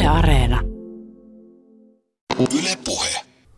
Yle Areena. Yle Puhe.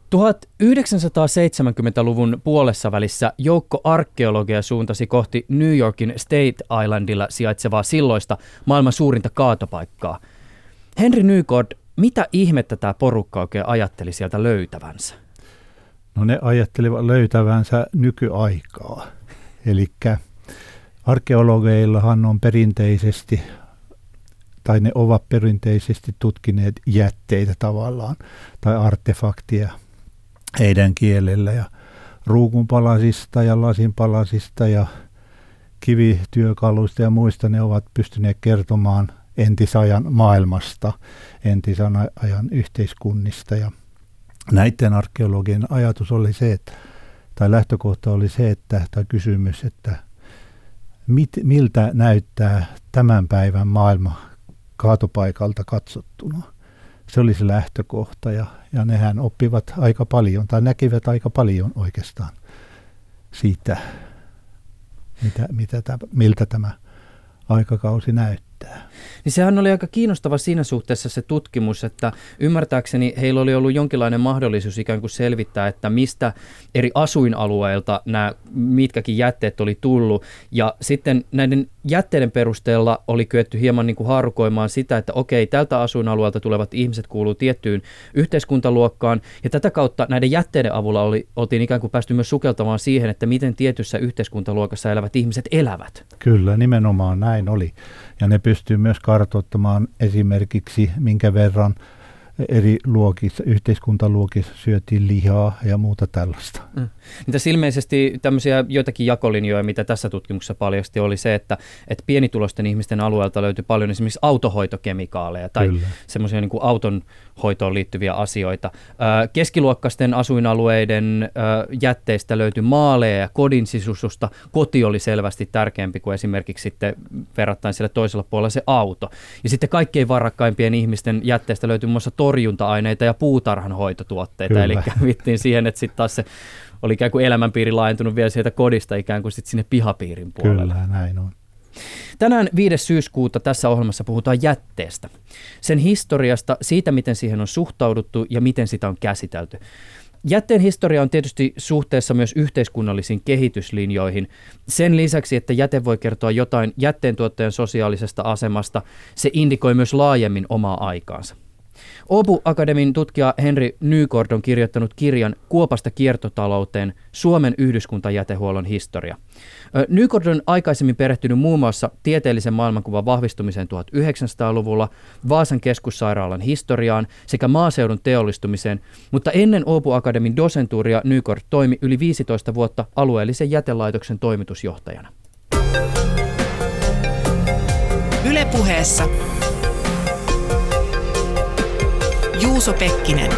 1970-luvun puolessa välissä joukko arkeologeja suuntasi kohti New Yorkin State Islandilla sijaitsevaa silloista maailman suurinta kaatopaikkaa. Henry Nygård, mitä ihmettä tämä porukka oikein ajatteli sieltä löytävänsä? No ne ajattelivat löytävänsä nykyaikaa. Eli arkeologeillahan on perinteisesti, tai ne ovat perinteisesti tutkineet jätteitä tavallaan, tai artefaktia heidän kielellä, ja ruukunpalasista ja lasinpalasista ja kivityökaluista ja muista ne ovat pystyneet kertomaan entisajan maailmasta, entisajan yhteiskunnista. Ja näiden arkeologien ajatus oli se, että, tai lähtökohta oli se, tai kysymys, että miltä näyttää tämän päivän maailma kaatopaikalta katsottuna. Se oli se lähtökohta ja nehän oppivat aika paljon tai näkivät aika paljon oikeastaan siitä, miltä tämä aikakausi näyttää. Niin sehän oli aika kiinnostava siinä suhteessa se tutkimus, että ymmärtääkseni heillä oli ollut jonkinlainen mahdollisuus ikään kuin selvittää, että mistä eri asuinalueilta nämä mitkäkin jätteet oli tullut. Ja sitten näiden jätteiden perusteella oli kyetty hieman niin kuin haarukoimaan sitä, että okei, tältä asuinalueelta tulevat ihmiset kuuluu tiettyyn yhteiskuntaluokkaan. Ja tätä kautta näiden jätteiden avulla oltiin ikään kuin päästy myös sukeltamaan siihen, että miten tietyssä yhteiskuntaluokassa elävät ihmiset elävät. Kyllä, nimenomaan näin oli. Ja ne pystyy myös kartoittamaan esimerkiksi, minkä verran eri luokissa, yhteiskuntaluokissa syötiin lihaa ja muuta tällaista. Tässä ilmeisesti tämmöisiä joitakin jakolinjoja, mitä tässä tutkimuksessa paljasti, oli se, että pienituloisten ihmisten alueelta löytyi paljon esimerkiksi autohoitokemikaaleja tai semmoisia niin kuin auton hoitoon liittyviä asioita. Keskiluokkaisten asuinalueiden jätteistä löytyi maaleja ja kodin sisustusta. Koti oli selvästi tärkeämpi kuin esimerkiksi sitten verrattain siellä toisella puolella se auto. Ja sitten kaikkein varakkaimpien ihmisten jätteistä löytyi muun muassa torjunta-aineita ja puutarhanhoitotuotteita. Kyllä. Eli viittiin siihen, että sitten taas se oli ikään kuin elämänpiiri laajentunut vielä sieltä kodista ikään kuin sitten sinne pihapiirin puolelle. Kyllä, näin on. Tänään 5. syyskuuta tässä ohjelmassa puhutaan jätteestä. Sen historiasta, siitä miten siihen on suhtauduttu ja miten sitä on käsitelty. Jätteen historia on tietysti suhteessa myös yhteiskunnallisiin kehityslinjoihin. Sen lisäksi, että jäte voi kertoa jotain jätteentuottajan sosiaalisesta asemasta, se indikoi myös laajemmin omaa aikaansa. Åbo Akademin tutkija Henry Nygård on kirjoittanut kirjan Kuopasta kiertotalouteen, Suomen yhdyskuntajätehuollon historia. Nygård on aikaisemmin perehtynyt muun muassa tieteellisen maailmankuvan vahvistumiseen 1900-luvulla, Vaasan keskussairaalan historiaan sekä maaseudun teollistumiseen, mutta ennen Åbo Akademin dosentuuria Nygård toimi yli 15 vuotta alueellisen jätelaitoksen toimitusjohtajana. Yle Puheessa Juuso Pekkinen.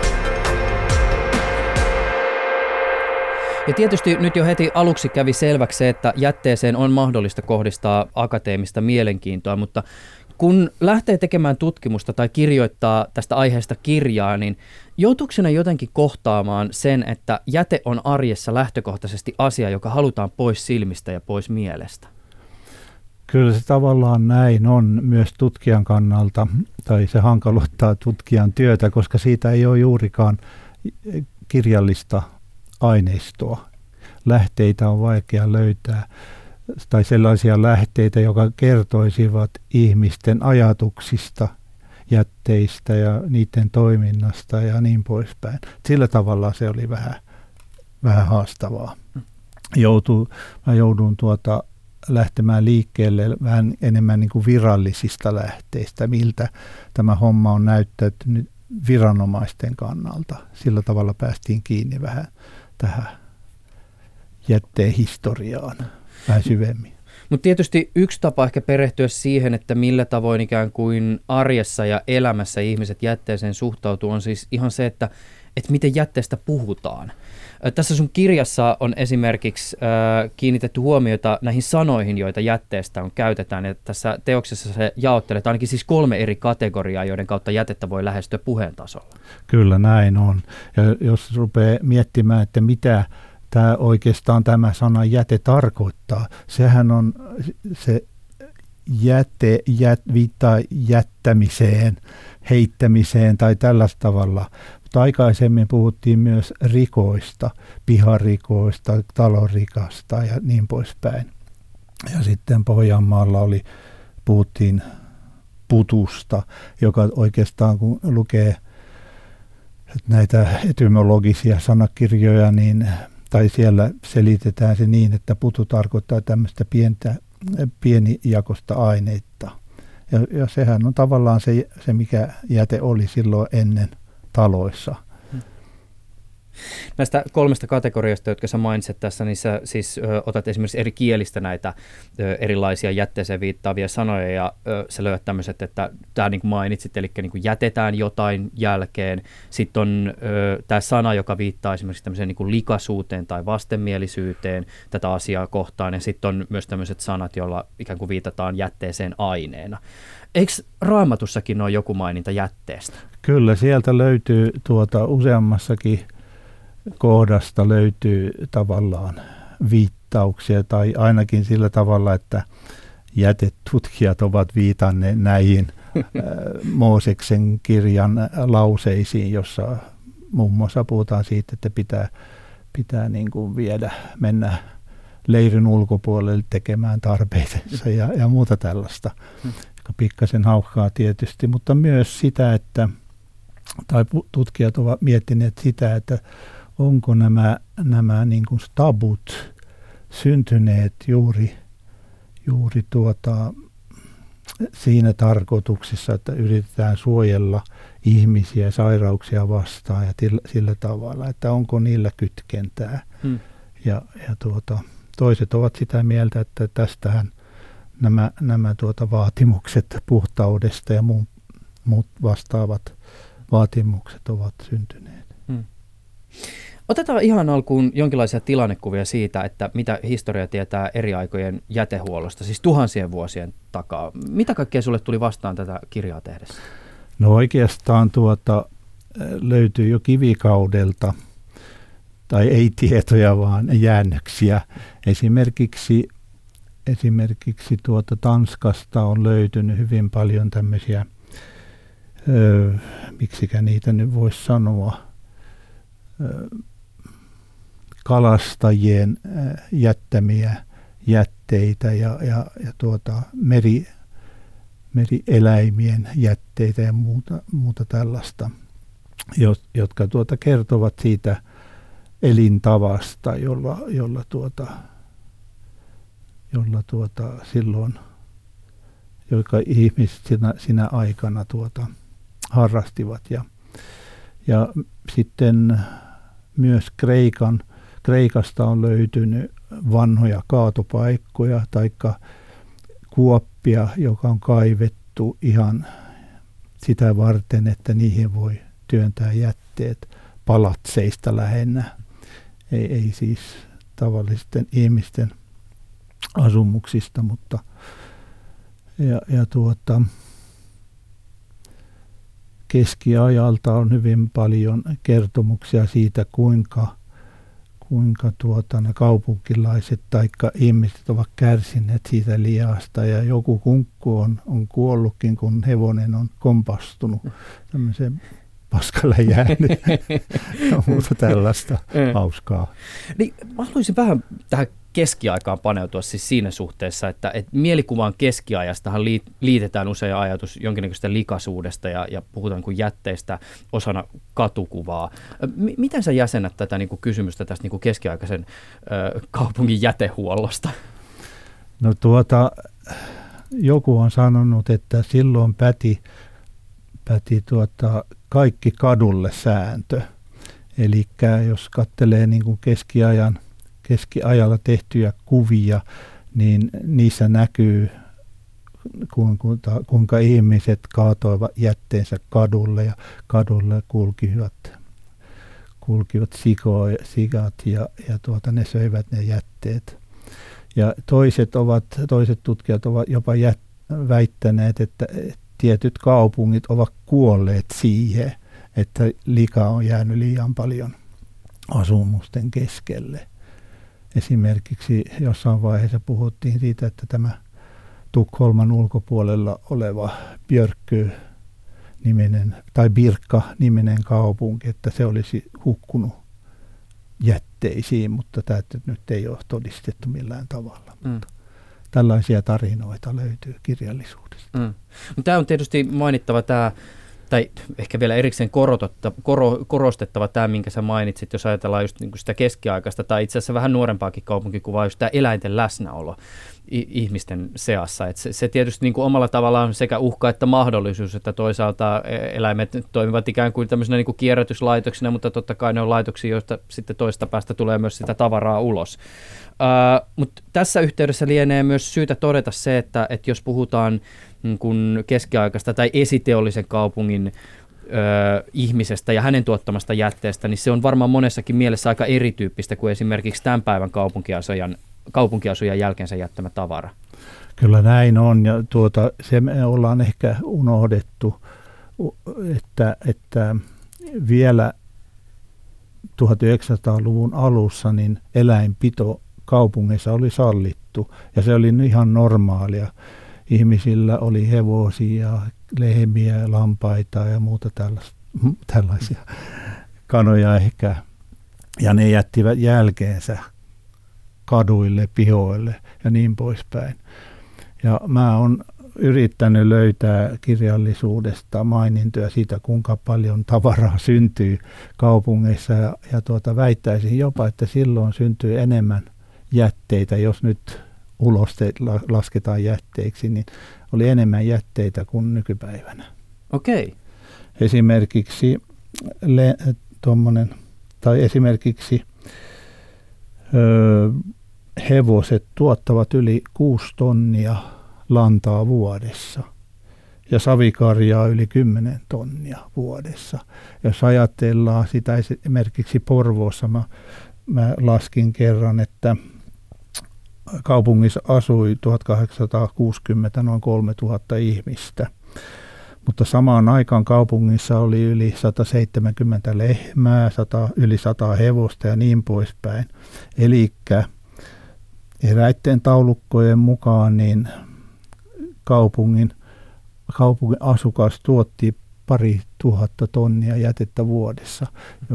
Ja tietysti nyt jo heti aluksi kävi selväksi se, että jätteeseen on mahdollista kohdistaa akateemista mielenkiintoa, mutta kun lähtee tekemään tutkimusta tai kirjoittaa tästä aiheesta kirjaa, niin joutuuko sinä jotenkin kohtaamaan sen, että jäte on arjessa lähtökohtaisesti asia, joka halutaan pois silmistä ja pois mielestä? Kyllä se tavallaan näin on myös tutkijan kannalta, tai se hankaloittaa tutkijan työtä, koska siitä ei ole juurikaan kirjallista aineistoa. Lähteitä on vaikea löytää, tai sellaisia lähteitä, jotka kertoisivat ihmisten ajatuksista, jätteistä ja niiden toiminnasta ja niin poispäin. Sillä tavalla se oli vähän haastavaa. Mä joudun lähtemään liikkeelle vähän enemmän niin kuin virallisista lähteistä, miltä tämä homma on näyttäytynyt viranomaisten kannalta. Sillä tavalla päästiin kiinni vähän tähän jätteen historiaan vähän syvemmin. Mutta tietysti yksi tapa ehkä perehtyä siihen, että millä tavoin ikään kuin arjessa ja elämässä ihmiset jätteeseen suhtautuu, on siis ihan se, että miten jätteestä puhutaan. Tässä sun kirjassa on esimerkiksi kiinnitetty huomiota näihin sanoihin, joita jätteestä on käytetään. Ja tässä teoksessa se jaottelet ainakin siis 3 eri kategoriaa, joiden kautta jätettä voi lähestyä puheen tasolla. Kyllä näin on. Ja jos rupeaa miettimään, että mitä tämä sana jäte tarkoittaa, sehän on se viittaa jättämiseen heittämiseen tai tällaista tavalla. Mutta aikaisemmin puhuttiin myös rikoista, piharikoista, talonrikasta ja niin poispäin. Ja sitten Pohjanmaalla puhuttiin putusta, joka oikeastaan kun lukee näitä etymologisia sanakirjoja, niin, tai siellä selitetään se niin, että putu tarkoittaa tämmöistä pienijakoista ainetta. Ja sehän on tavallaan se, mikä jäte oli silloin ennen taloissa. Näistä 3 kategoriasta, jotka sä mainitset tässä, niin sä siis otat esimerkiksi eri kielistä näitä erilaisia jätteeseen viittaavia sanoja, ja sä löydät tämmöiset, että tämä niin kuin mainitsit, eli niin kuin jätetään jotain jälkeen. Sitten on tämä sana, joka viittaa esimerkiksi tämmöiseen niin kuin likaisuuteen tai vastenmielisyyteen tätä asiaa kohtaan, ja sitten on myös tämmöiset sanat, joilla ikään kuin viitataan jätteeseen aineena. Eikö Raamatussakin ole joku maininta jätteestä? Kyllä, sieltä löytyy useammassakin kohdasta löytyy tavallaan viittauksia, tai ainakin sillä tavalla, että jätetutkijat ovat viitanneet näihin Mooseksen kirjan lauseisiin, jossa muun muassa puhutaan siitä, että pitää niin kuin mennä leirin ulkopuolelle tekemään tarpeidensa ja muuta tällaista, joka pikkasen haukkaa tietysti, mutta myös sitä, tai tutkijat ovat miettineet sitä, että onko nämä niin kuin tabut syntyneet juuri siinä tarkoituksessa, että yritetään suojella ihmisiä sairauksia vastaan ja sillä tavalla, että onko niillä kytkentää. Ja toiset ovat sitä mieltä, että tästähän nämä vaatimukset puhtaudesta ja muut vastaavat vaatimukset ovat syntyneet. Otetaan ihan alkuun jonkinlaisia tilannekuvia siitä, että mitä historia tietää eri aikojen jätehuollosta, siis tuhansien vuosien takaa. Mitä kaikkea sulle tuli vastaan tätä kirjaa tehdessä? No oikeastaan löytyy jo kivikaudelta, tai ei tietoja, vaan jäännöksiä. Esimerkiksi Tanskasta on löytynyt hyvin paljon tämmöisiä, miksikä niitä nyt voisi sanoa, kalastajien jättämiä jätteitä ja merieläimien jätteitä ja muuta tällaista, jotka kertovat siitä elintavasta, jolla silloin, joka ihmiset sinä aikana harrastivat. Ja sitten myös Kreikasta on löytynyt vanhoja kaatopaikkoja tai kuoppia, joka on kaivettu ihan sitä varten, että niihin voi työntää jätteet palatseista lähinnä. Ei siis tavallisten ihmisten asumuksista, mutta keskiajalta on hyvin paljon kertomuksia siitä, kuinka ne kaupunkilaiset tai ihmiset ovat kärsineet siitä liasta, ja joku kunkku on kuollutkin, kun hevonen on kompastunut tämmöiseen paskalle jäänyt ja muuta tällaista hauskaa. Niin, mä haluaisin vähän tähän keskiaikaan paneutua siis siinä suhteessa, että mielikuvaan keskiajastahan liitetään usein ajatus jonkinnäköistä likaisuudesta ja puhutaan kuin jätteistä osana katukuvaa. Miten sä jäsennät tätä niin kuin kysymystä tästä niin kuin keskiaikaisen kaupungin jätehuollosta? No joku on sanonut, että silloin päti kaikki kadulle sääntö. Eli jos katselee niin kuin keskiajalla tehtyjä kuvia, niin niissä näkyy, kuinka ihmiset kaatoivat jätteensä kadulle, ja kadulle kulkivat sikat ja ne söivät ne jätteet. Ja toiset tutkijat ovat jopa väittäneet, että tietyt kaupungit ovat kuolleet siihen, että lika on jäänyt liian paljon asumusten keskelle. Esimerkiksi jossain vaiheessa puhuttiin siitä, että tämä Tukholman ulkopuolella oleva Björkö tai Birka-niminen kaupunki, että se olisi hukkunut jätteisiin, mutta tämä nyt ei ole todistettu millään tavalla. Tällaisia tarinoita löytyy kirjallisuudesta. Tämä on tietysti mainittava tai ehkä vielä erikseen korostettava tämä, minkä sä mainitsit, jos ajatellaan just niin kuin sitä keskiaikaista tai itse asiassa vähän nuorempaakin kaupunkikuvaa, just tämä eläinten läsnäolo ihmisten seassa. Et se tietysti niin kuin omalla tavallaan sekä uhka että mahdollisuus, että toisaalta eläimet toimivat ikään kuin tämmöisenä niin kuin kierrätyslaitoksina, mutta totta kai ne on laitoksia, joista sitten toista päästä tulee myös sitä tavaraa ulos. Mutta tässä yhteydessä lienee myös syytä todeta se, että jos puhutaan kun keskiaikaista tai esiteollisen kaupungin ihmisestä ja hänen tuottamasta jätteestä, niin se on varmaan monessakin mielessä aika erityyppistä kuin esimerkiksi tämän päivän kaupunkiasujan jälkeensä jättämä tavara. Kyllä näin on, ja se me ollaan ehkä unohdettu, että vielä 1900-luvun alussa niin eläinpito kaupungeissa oli sallittu, ja se oli ihan normaalia. Ihmisillä oli hevosia, lehmiä, lampaita ja muuta tällaisia kanoja ehkä. Ja ne jättivät jälkeensä kaduille, pihoille ja niin poispäin. Ja mä oon yrittänyt löytää kirjallisuudesta mainintoja siitä, kuinka paljon tavaraa syntyy kaupungeissa. Ja väittäisin jopa, että silloin syntyy enemmän jätteitä, jos nyt ulosteet lasketaan jätteiksi, niin oli enemmän jätteitä kuin nykypäivänä. Okei. Esimerkiksi hevoset tuottavat yli 6 tonnia lantaa vuodessa ja savikarjaa yli 10 tonnia vuodessa. Jos ajatellaan sitä esimerkiksi Porvoossa, mä laskin kerran, että kaupungissa asui 1860 noin 3000 ihmistä, mutta samaan aikaan kaupungissa oli yli 170 lehmää, yli 100 hevosta ja niin poispäin. Eli eräiden taulukkojen mukaan niin kaupungin asukas tuotti 2000 tonnia jätettä vuodessa,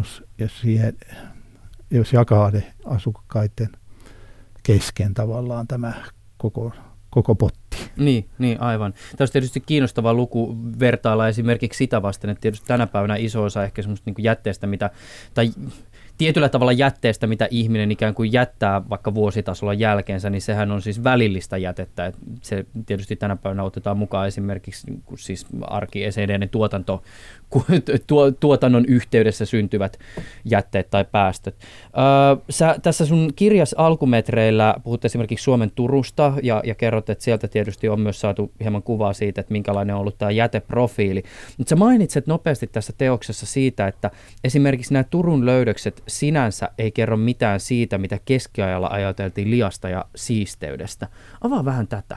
jos jakaa ne asukkaiden kesken tavallaan tämä koko potti. Niin, aivan. Tämä olisi tietysti kiinnostava luku vertailla esimerkiksi sitä vasten, että tietysti tänä päivänä iso osa ehkä semmoista niin kuin jätteestä, tai tietyllä tavalla jätteestä, mitä ihminen ikään kuin jättää vaikka vuositasolla jälkeensä, niin sehän on siis välillistä jätettä. Et se tietysti tänä päivänä otetaan mukaan esimerkiksi siis arkiesineiden tuotannon yhteydessä syntyvät jätteet tai päästöt. Sä tässä sun kirjas alkumetreillä puhut esimerkiksi Suomen Turusta ja kerrot, että sieltä tietysti on myös saatu hieman kuvaa siitä, että minkälainen on ollut tämä jäteprofiili. Mutta sä mainitset nopeasti tässä teoksessa siitä, että esimerkiksi nämä Turun löydökset sinänsä ei kerro mitään siitä, mitä keskiajalla ajateltiin liasta ja siisteydestä. Avaa vähän tätä.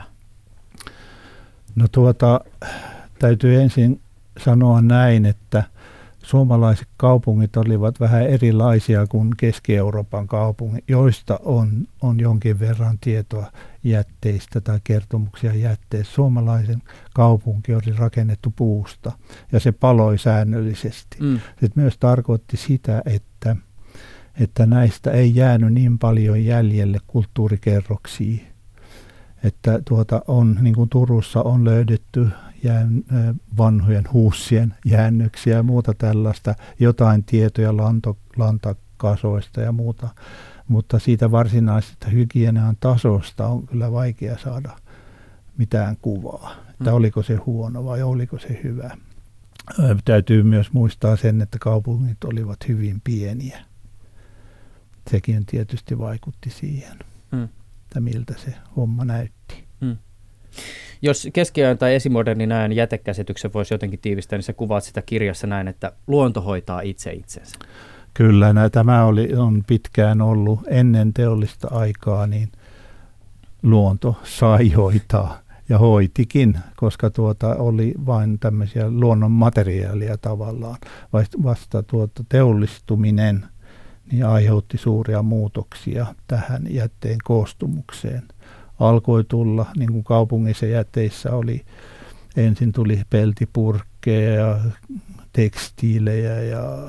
No täytyy ensin sanoa näin, että suomalaiset kaupungit olivat vähän erilaisia kuin Keski-Euroopan kaupungit, joista on jonkin verran tietoa jätteistä tai kertomuksia jätteistä. Suomalaisen kaupunki oli rakennettu puusta ja se paloi säännöllisesti. Se myös tarkoitti sitä, että näistä ei jäänyt niin paljon jäljelle kulttuurikerroksia. Että niin kuin Turussa on löydetty vanhojen huussien jäännöksiä ja muuta tällaista, jotain tietoja lantakasoista ja muuta, mutta siitä varsinaisesta hygienian tasosta on kyllä vaikea saada mitään kuvaa, että oliko se huono vai oliko se hyvä. Täytyy myös muistaa sen, että kaupungit olivat hyvin pieniä. Sekin tietysti vaikutti siihen, että miltä se homma näytti. Jos keskiajan tai esimodernin ajan jätekäsityksen voisi jotenkin tiivistää, niin sä kuvaat sitä kirjassa näin, että luonto hoitaa itse itsensä. Kyllä, tämä on pitkään ollut ennen teollista aikaa, niin luonto sai hoitaa ja hoitikin, koska oli vain tämmöisiä luonnon materiaalia tavallaan. Vasta teollistuminen niin aiheutti suuria muutoksia tähän jätteen koostumukseen. Alkoi tulla, niin kuin kaupungissa jäteissä ensin tuli peltipurkki purkkeja ja tekstiilejä ja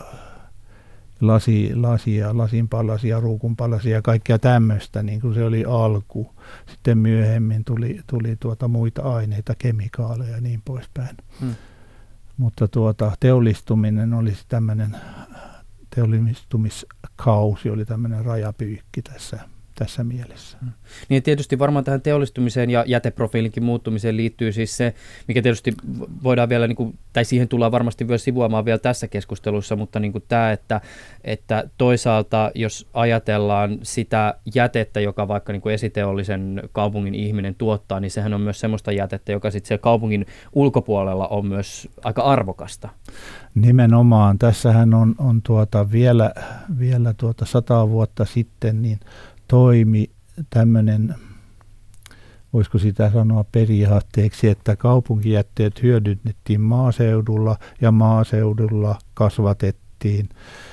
lasia, lasinpalasia, ruukunpalasia ja kaikkea tämmöistä, niin kuin se oli alku. Sitten myöhemmin tuli muita aineita, kemikaaleja ja niin poispäin. Mutta teollistuminen olisi tämmöinen, teollistumiskausi oli tämmöinen rajapyykki tässä mielessä. Niin tietysti varmaan tähän teollistumiseen ja jäteprofiilinkin muuttumiseen liittyy siis se, mikä tietysti voidaan vielä, tai siihen tullaan varmasti myös sivuamaan vielä tässä keskustelussa, mutta tämä, että toisaalta jos ajatellaan sitä jätettä, joka vaikka esiteollisen kaupungin ihminen tuottaa, niin sehän on myös semmoista jätettä, joka sitten siellä kaupungin ulkopuolella on myös aika arvokasta. Nimenomaan. Tässähän on vielä 100 vuotta sitten niin toimi tämmöinen, voisiko sitä sanoa periaatteeksi, että kaupunkijätteet hyödynnettiin maaseudulla ja maaseudulla kasvatettiin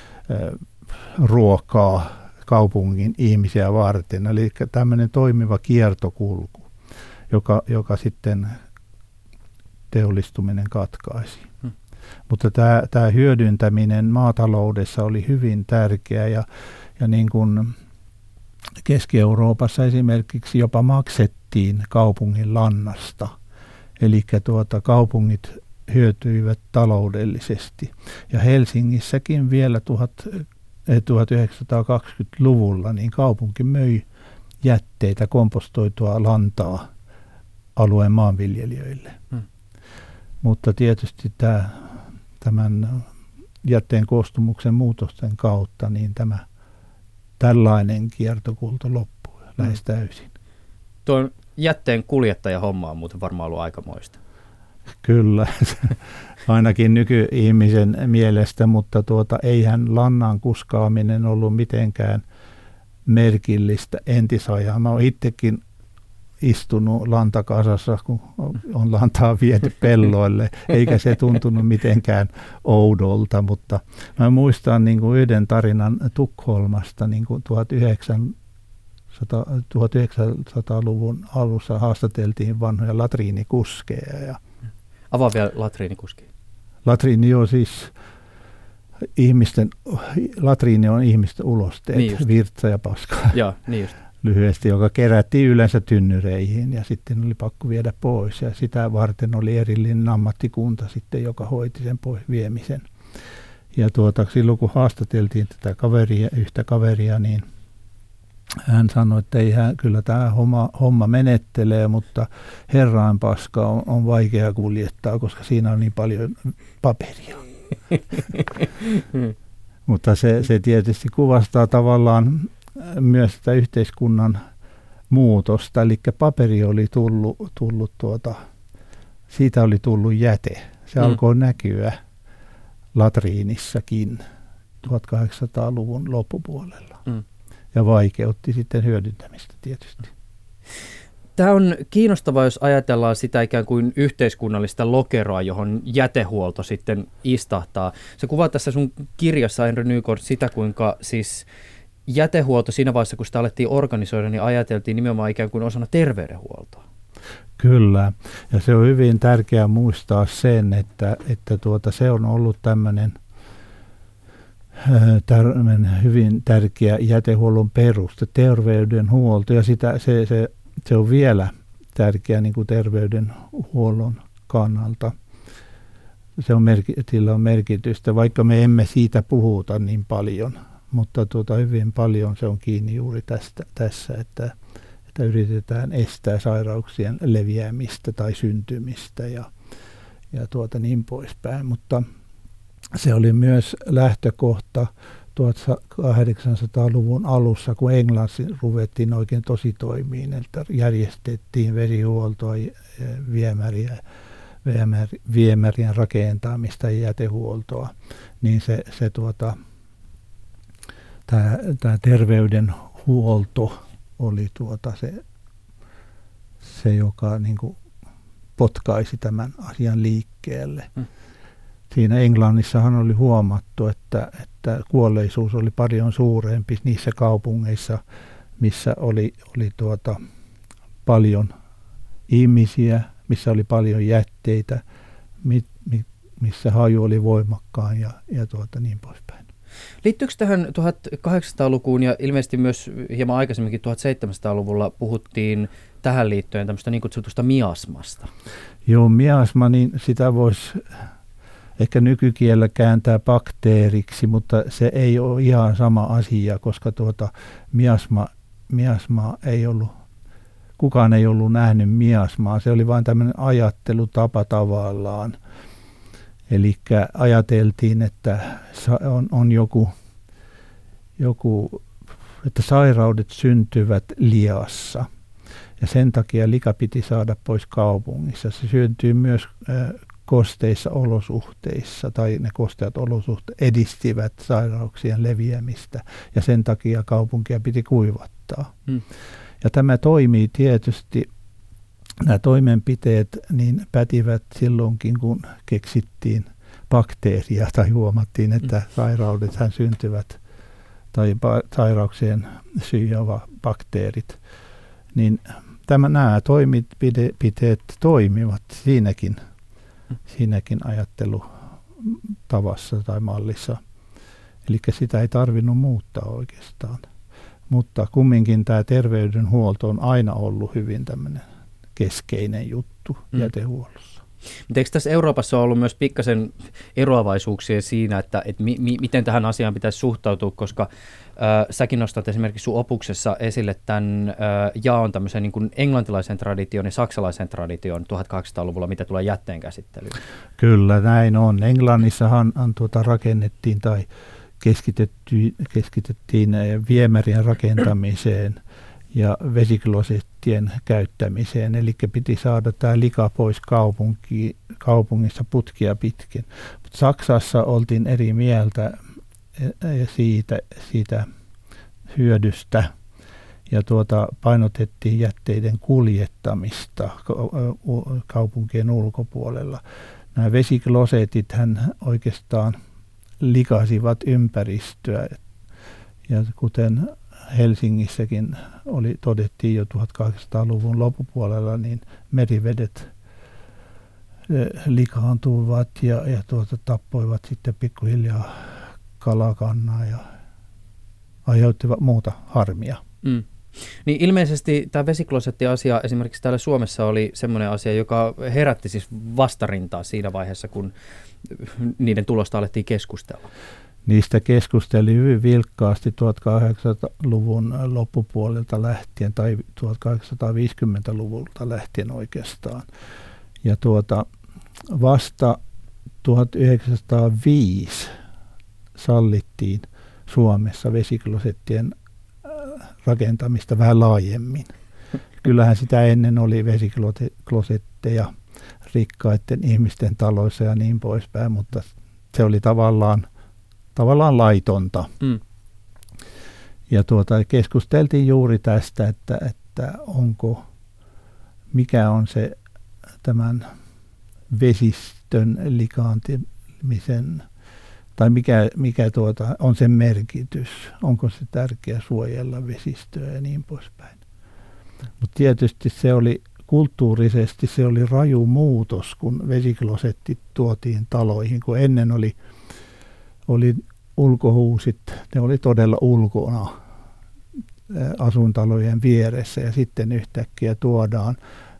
ruokaa kaupungin ihmisiä varten. Eli tämmöinen toimiva kiertokulku, joka sitten teollistuminen katkaisi. Mutta tämä hyödyntäminen maataloudessa oli hyvin tärkeä ja niin kuin Keski-Euroopassa esimerkiksi jopa maksettiin kaupungin lannasta. Eli kaupungit hyötyivät taloudellisesti. Ja Helsingissäkin vielä 1920-luvulla niin kaupunki möi jätteitä, kompostoitua lantaa alueen maanviljelijöille. Mutta tietysti tämän jätteen koostumuksen muutosten kautta niin tällainen kiertokulto loppui lähes täysin. Tuon jätteen kuljettaja homma on muuten varmaan ollut aikamoista. Kyllä, ainakin nykyihmisen mielestä, mutta eihän lannan kuskaaminen ollut mitenkään merkillistä entisajaa. Mä oon itsekin istunut lantakasassa, kun on lantaa viety pelloille, eikä se tuntunut mitenkään oudolta, mutta mä muistan yhden tarinan Tukholmasta 1900-luvun alussa haastateltiin vanhoja latriinikuskeja. Avaa vielä latriinikuskeja. Latriini on siis latriini on ihmisten ulosteet, niin virtsa ja paska. Joo, niin just. Lyhyesti, joka kerättiin yleensä tynnyreihin ja sitten oli pakko viedä pois. Ja sitä varten oli erillinen ammattikunta sitten, joka hoiti sen pois viemisen. Ja silloin kun haastateltiin tätä yhtä kaveria, niin hän sanoi, että kyllä tämä homma menettelee, mutta herrainpaska on vaikea kuljettaa, koska siinä on niin paljon paperia. Mutta se tietysti kuvastaa tavallaan myös sitä yhteiskunnan muutosta, eli paperi oli tullut siitä oli tullut jäte. Se alkoi näkyä latriinissakin 1800-luvun loppupuolella ja vaikeutti sitten hyödyntämistä tietysti. Tämä on kiinnostavaa, jos ajatellaan sitä ikään kuin yhteiskunnallista lokeroa, johon jätehuolto sitten istahtaa. Se kuvaa tässä sun kirjassa, Henry Nykort, sitä, kuinka siis jätehuolto siinä vaiheessa, kun sitä alettiin organisoida, niin ajateltiin nimenomaan ikään kuin osana terveydenhuoltoa. Kyllä, ja se on hyvin tärkeää muistaa sen, että se on ollut tämmöinen hyvin tärkeä jätehuollon peruste, terveydenhuolto, ja se on vielä tärkeä niin kuin terveydenhuollon kannalta. Sillä on merkitystä, vaikka me emme siitä puhuta niin paljon, mutta hyvin paljon se on kiinni juuri tässä, että yritetään estää sairauksien leviämistä tai syntymistä ja niin poispäin. Mutta se oli myös lähtökohta 1800-luvun alussa, kun Englannissa ruvettiin oikein tosi toimiin, että järjestettiin vesihuoltoa, viemärien rakentamista ja jätehuoltoa, niin tämä terveydenhuolto oli se joka niin kuin potkaisi tämän asian liikkeelle. Siinä Englannissahan oli huomattu, että kuolleisuus oli paljon suurempi niissä kaupungeissa, missä oli paljon ihmisiä, missä oli paljon jätteitä, missä haju oli voimakkaan ja niin poispäin. Liittyykö tähän 1800-lukuun ja ilmeisesti myös hieman aikaisemminkin 1700-luvulla puhuttiin tähän liittyen tämmöistä niin kutsutusta miasmasta? Joo, miasma, niin sitä voisi ehkä nykykielellä kääntää bakteeriksi, mutta se ei ole ihan sama asia, koska miasma ei ollut, kukaan ei ollut nähnyt miasmaa. Se oli vain tämmöinen ajattelutapa tavallaan. Eli ajateltiin, että on joku, että sairaudet syntyvät liassa. Ja sen takia lika piti saada pois kaupungissa. Se syntyy myös kosteissa olosuhteissa, tai ne kosteat olosuhteet edistivät sairauksien leviämistä, ja sen takia kaupunkia piti kuivattaa. Ja tämä toimii tietysti, nämä toimenpiteet niin pätivät silloinkin, kun keksittiin bakteeria, tai huomattiin, että sairaudethan syntyvät, tai sairauksien syy ovat bakteerit, niin nämä toimenpiteet toimivat siinäkin ajattelutavassa tai mallissa. Eli sitä ei tarvinnut muuttaa oikeastaan. Mutta kumminkin tämä terveydenhuolto on aina ollut hyvin tämmöinen keskeinen juttu jätehuollossa. Mutta eikö tässä Euroopassa on ollut myös pikkasen eroavaisuuksia siinä, että miten tähän asiaan pitäisi suhtautua, koska säkin nostat esimerkiksi sun opuksessa esille tämän jaon tämmöisen niin kuin englantilaisen tradition ja saksalaisen tradition 1800-luvulla, mitä tulee jätteen käsittelyyn. Kyllä, näin on. Englannissahan rakennettiin tai keskitettiin viemärien rakentamiseen ja vesiklosettien käyttämiseen, eli piti saada tämä lika pois kaupungissa putkia pitkin. Mutta Saksassa oltiin eri mieltä siitä hyödystä ja painotettiin jätteiden kuljettamista kaupunkien ulkopuolella. Nämä vesiklosetithän oikeastaan likasivat ympäristöä, ja kuten Helsingissäkin todettiin jo 1800-luvun loppupuolella, niin merivedet likaantuivat ja tappoivat sitten pikkuhiljaa kalakannaa ja aiheuttivat muuta harmia. Niin ilmeisesti tämä vesiklosetti-asia esimerkiksi täällä Suomessa oli semmoinen asia, joka herätti siis vastarintaa siinä vaiheessa, kun niiden tulosta alettiin keskustella. Niistä keskusteli hyvin vilkkaasti 1800-luvun loppupuolelta lähtien tai 1850-luvulta lähtien oikeastaan. Ja vasta 1905 sallittiin Suomessa vesiklosettien rakentamista vähän laajemmin. Kyllähän sitä ennen oli vesiklosetteja rikkaiden ihmisten taloissa ja niin poispäin, mutta se oli tavallaan laitonta. Ja keskusteltiin juuri tästä, että mikä on se tämän vesistön likaantumisen, tai mikä on sen merkitys, onko se tärkeää suojella vesistöä ja niin poispäin. Mutta tietysti kulttuurisesti se oli raju muutos, kun vesiklosetti tuotiin taloihin, kun ennen oli ulkohuusit, ne oli todella ulkona asuintalojen vieressä, ja sitten yhtäkkiä tuodaan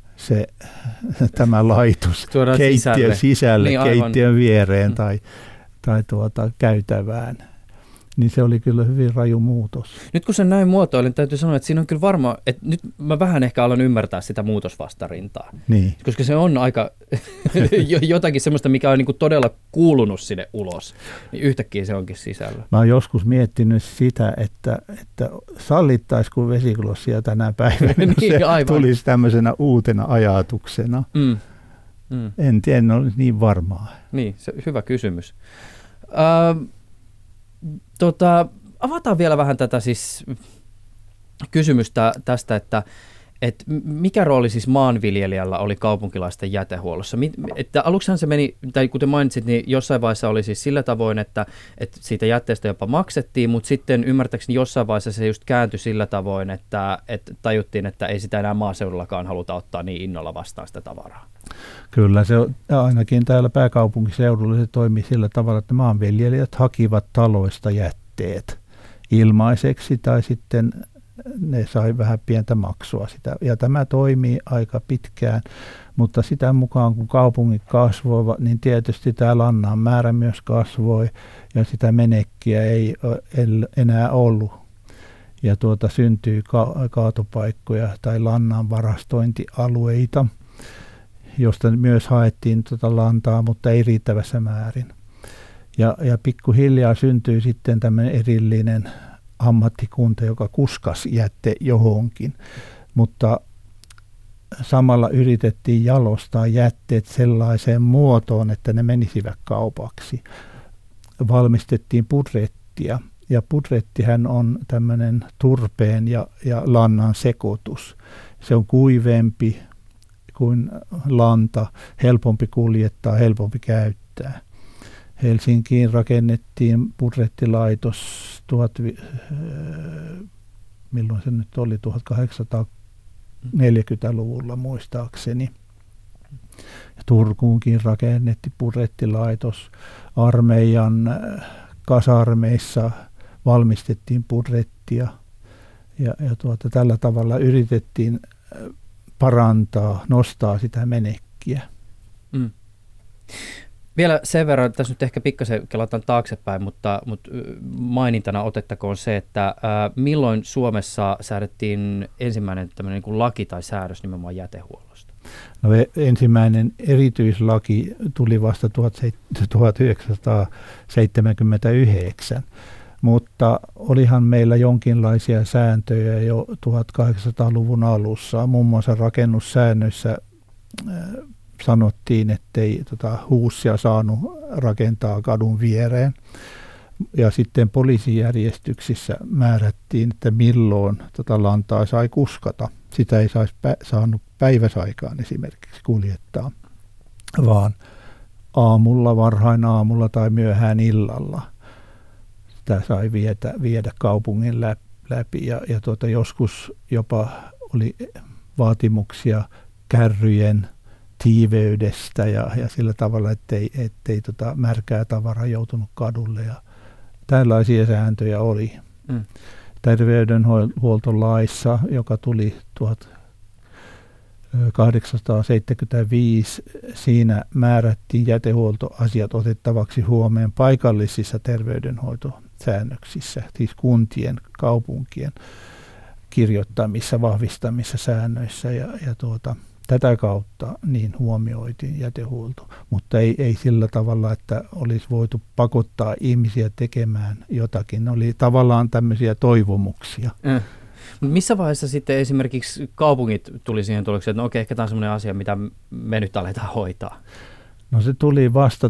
tämä laitos keittiön sisälle niin, keittiön viereen tai käytävään. Niin se oli kyllä hyvin raju muutos. Nyt kun sen näin muotoilin, täytyy sanoa, että siinä on kyllä varma, että nyt mä vähän ehkä alan ymmärtää sitä muutosvastarintaa. Niin. Koska se on aika jotakin semmoista, mikä on niinku todella kuulunut sinne ulos. Niin yhtäkkiä se onkin sisällä. Mä oon joskus miettinyt sitä, että sallittaisiko vesiklossia tänä päivänä, niin, se aivan tulisi tämmöisenä uutena ajatuksena. En tiedä, en ole niin varmaa. Niin, se hyvä kysymys. Avataan vielä vähän tätä siis kysymystä tästä, että että mikä rooli siis maanviljelijällä oli kaupunkilaisten jätehuollossa? Että aluksihan se meni, tai kuten mainitsit, niin jossain vaiheessa oli siis sillä tavoin, että siitä jätteestä jopa maksettiin, mutta sitten ymmärtääkseni jossain vaiheessa se just kääntyi sillä tavoin, että tajuttiin, että ei sitä enää maaseudullakaan haluta ottaa niin innolla vastaan sitä tavaraa. Kyllä, se ainakin täällä pääkaupunkiseudulla se toimii sillä tavalla, että maanviljelijät hakivat taloista jätteet ilmaiseksi tai sitten ne sai vähän pientä maksua sitä. Ja tämä toimii aika pitkään, mutta sitä mukaan kun kaupungit kasvoivat, niin tietysti tämä lannan määrä myös kasvoi ja sitä menekkiä ei enää ollut. Ja syntyi kaatopaikkoja tai lannan varastointialueita, josta myös haettiin lantaa, mutta ei riittävässä määrin. Ja pikkuhiljaa syntyi sitten tämmöinen erillinen ammattikunta, joka kuskasi jätte johonkin, mutta samalla yritettiin jalostaa jätteet sellaiseen muotoon, että ne menisivät kaupaksi. Valmistettiin putrettia, ja putrettihän on tämmöinen turpeen ja lannan sekoitus. Se on kuivempi kuin lanta, helpompi kuljettaa, helpompi käyttää. Helsinkiin rakennettiin putrettilaitos milloin se nyt oli, 1840-luvulla muistaakseni. Ja Turkuunkin rakennettiin putrettilaitos. Armeijan kasarmeissa valmistettiin putrettia ja tällä tavalla yritettiin parantaa, nostaa sitä menekkiä. Mm. Vielä sen verran, tässä nyt ehkä pikkasen kelataan taaksepäin, mutta mainintana otettakoon se, että milloin Suomessa säädettiin ensimmäinen tämmöinen niin kuin laki tai säädös nimenomaan jätehuollosta? No, ensimmäinen erityislaki tuli vasta 1979, mutta olihan meillä jonkinlaisia sääntöjä jo 1800-luvun alussa, muun muassa rakennussäännöissä sanottiin, ettei huussia saanut rakentaa kadun viereen. Ja sitten poliisijärjestyksissä määrättiin, että milloin lantaa sai kuskata. Sitä ei saisi saanut päiväsaikaan esimerkiksi kuljettaa, vaan aamulla, varhain aamulla tai myöhään illalla. Sitä sai viedä kaupungin läpi ja joskus jopa oli vaatimuksia kärryjen tiiveydestä ja sillä tavalla, ettei märkää tavaraa joutunut kadulle. Ja tällaisia sääntöjä oli. Mm. Terveydenhuoltolaissa, joka tuli 1875, siinä määrättiin jätehuoltoasiat otettavaksi huomioon paikallisissa terveydenhoitosäännöksissä, siis kuntien, kaupunkien kirjoittamissa, vahvistamissa säännöissä ja tätä kautta niin huomioitiin jätehuolto, mutta ei sillä tavalla, että olisi voitu pakottaa ihmisiä tekemään jotakin. Ne oli tavallaan tämmöisiä toivomuksia. Missä vaiheessa sitten esimerkiksi kaupungit tuli siihen tulokseen, että no okei, ehkä tämä on semmoinen asia, mitä me nyt aletaan hoitaa? No se tuli vasta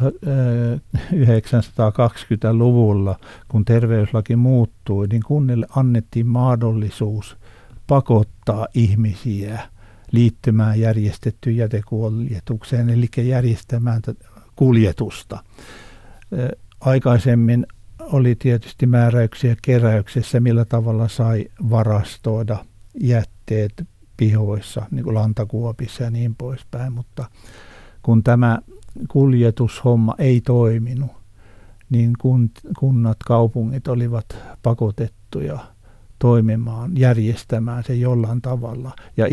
1920-luvulla, kun terveyslaki muuttui, niin kunnille annettiin mahdollisuus pakottaa ihmisiä liittymään järjestettyyn jätekuljetukseen, eli järjestämään kuljetusta. Aikaisemmin oli tietysti määräyksiä keräyksessä, millä tavalla sai varastoida jätteet pihoissa, niin kuin lantakuopissa ja niin poispäin, mutta kun tämä kuljetushomma ei toiminut, niin kunnat, kaupungit olivat pakotettuja toimimaan, järjestämään se jollain tavalla. Ja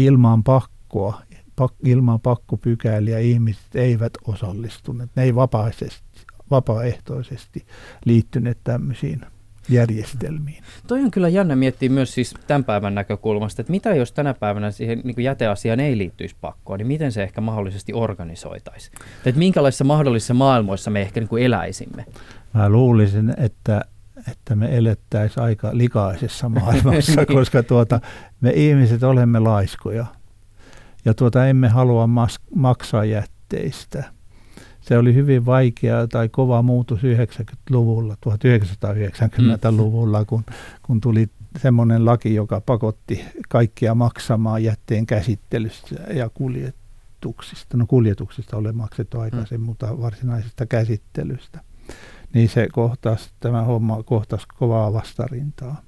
ilman pakkopykäliä ihmiset eivät osallistuneet. Ne ei vapaaehtoisesti liittyneet tämmöisiin järjestelmiin. Toi on kyllä jännä miettiä myös siis tämän päivän näkökulmasta, että mitä jos tänä päivänä siihen niin kuin jäteasiaan ei liittyisi pakkoa, niin miten se ehkä mahdollisesti organisoitaisiin? Että minkälaisissa mahdollisissa maailmoissa me ehkä niin kuin eläisimme? Mä luulisin, että me elettäisiin aika likaisessa maailmassa, koska me ihmiset olemme laiskoja ja emme halua maksaa jätteistä. Se oli hyvin vaikea tai kova muutos 90-luvulla, 1990-luvulla, kun tuli semmoinen laki, joka pakotti kaikkia maksamaan jätteen käsittelystä ja kuljetuksista. No kuljetuksista oli maksettu aikaisemmin, mutta varsinaisesta käsittelystä. Niin tämä homma kohtasi kovaa vastarintaa.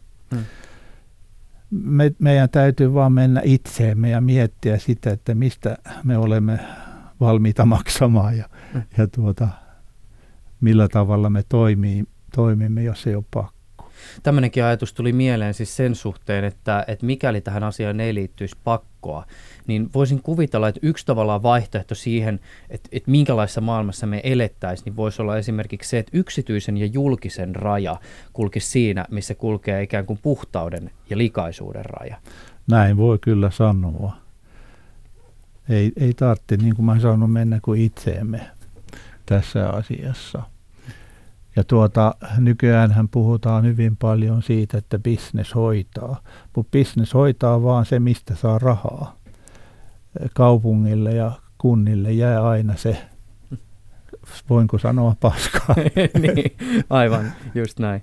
Meidän täytyy vaan mennä itseemme ja miettiä sitä, että mistä me olemme valmiita maksamaan ja millä tavalla me toimimme, jos ei ole pakko. Tämmöinenkin ajatus tuli mieleen siis sen suhteen, että mikäli tähän asiaan ei liittyisi pakkoa, niin voisin kuvitella, että yksi tavallaan vaihtoehto siihen, että minkälaisessa maailmassa me elettäisiin, niin voisi olla esimerkiksi se, että yksityisen ja julkisen raja kulkisi siinä, missä kulkee ikään kuin puhtauden ja likaisuuden raja. Näin voi kyllä sanoa. Ei tarvitse, niin kuin mä sanon, mennä kuin itseemme tässä asiassa. Ja nykyäänhän puhutaan hyvin paljon siitä, että business hoitaa. Mutta business hoitaa vaan se, mistä saa rahaa. Kaupungille ja kunnille jää aina se, voinko sanoa, paskaa. Niin, aivan, just näin.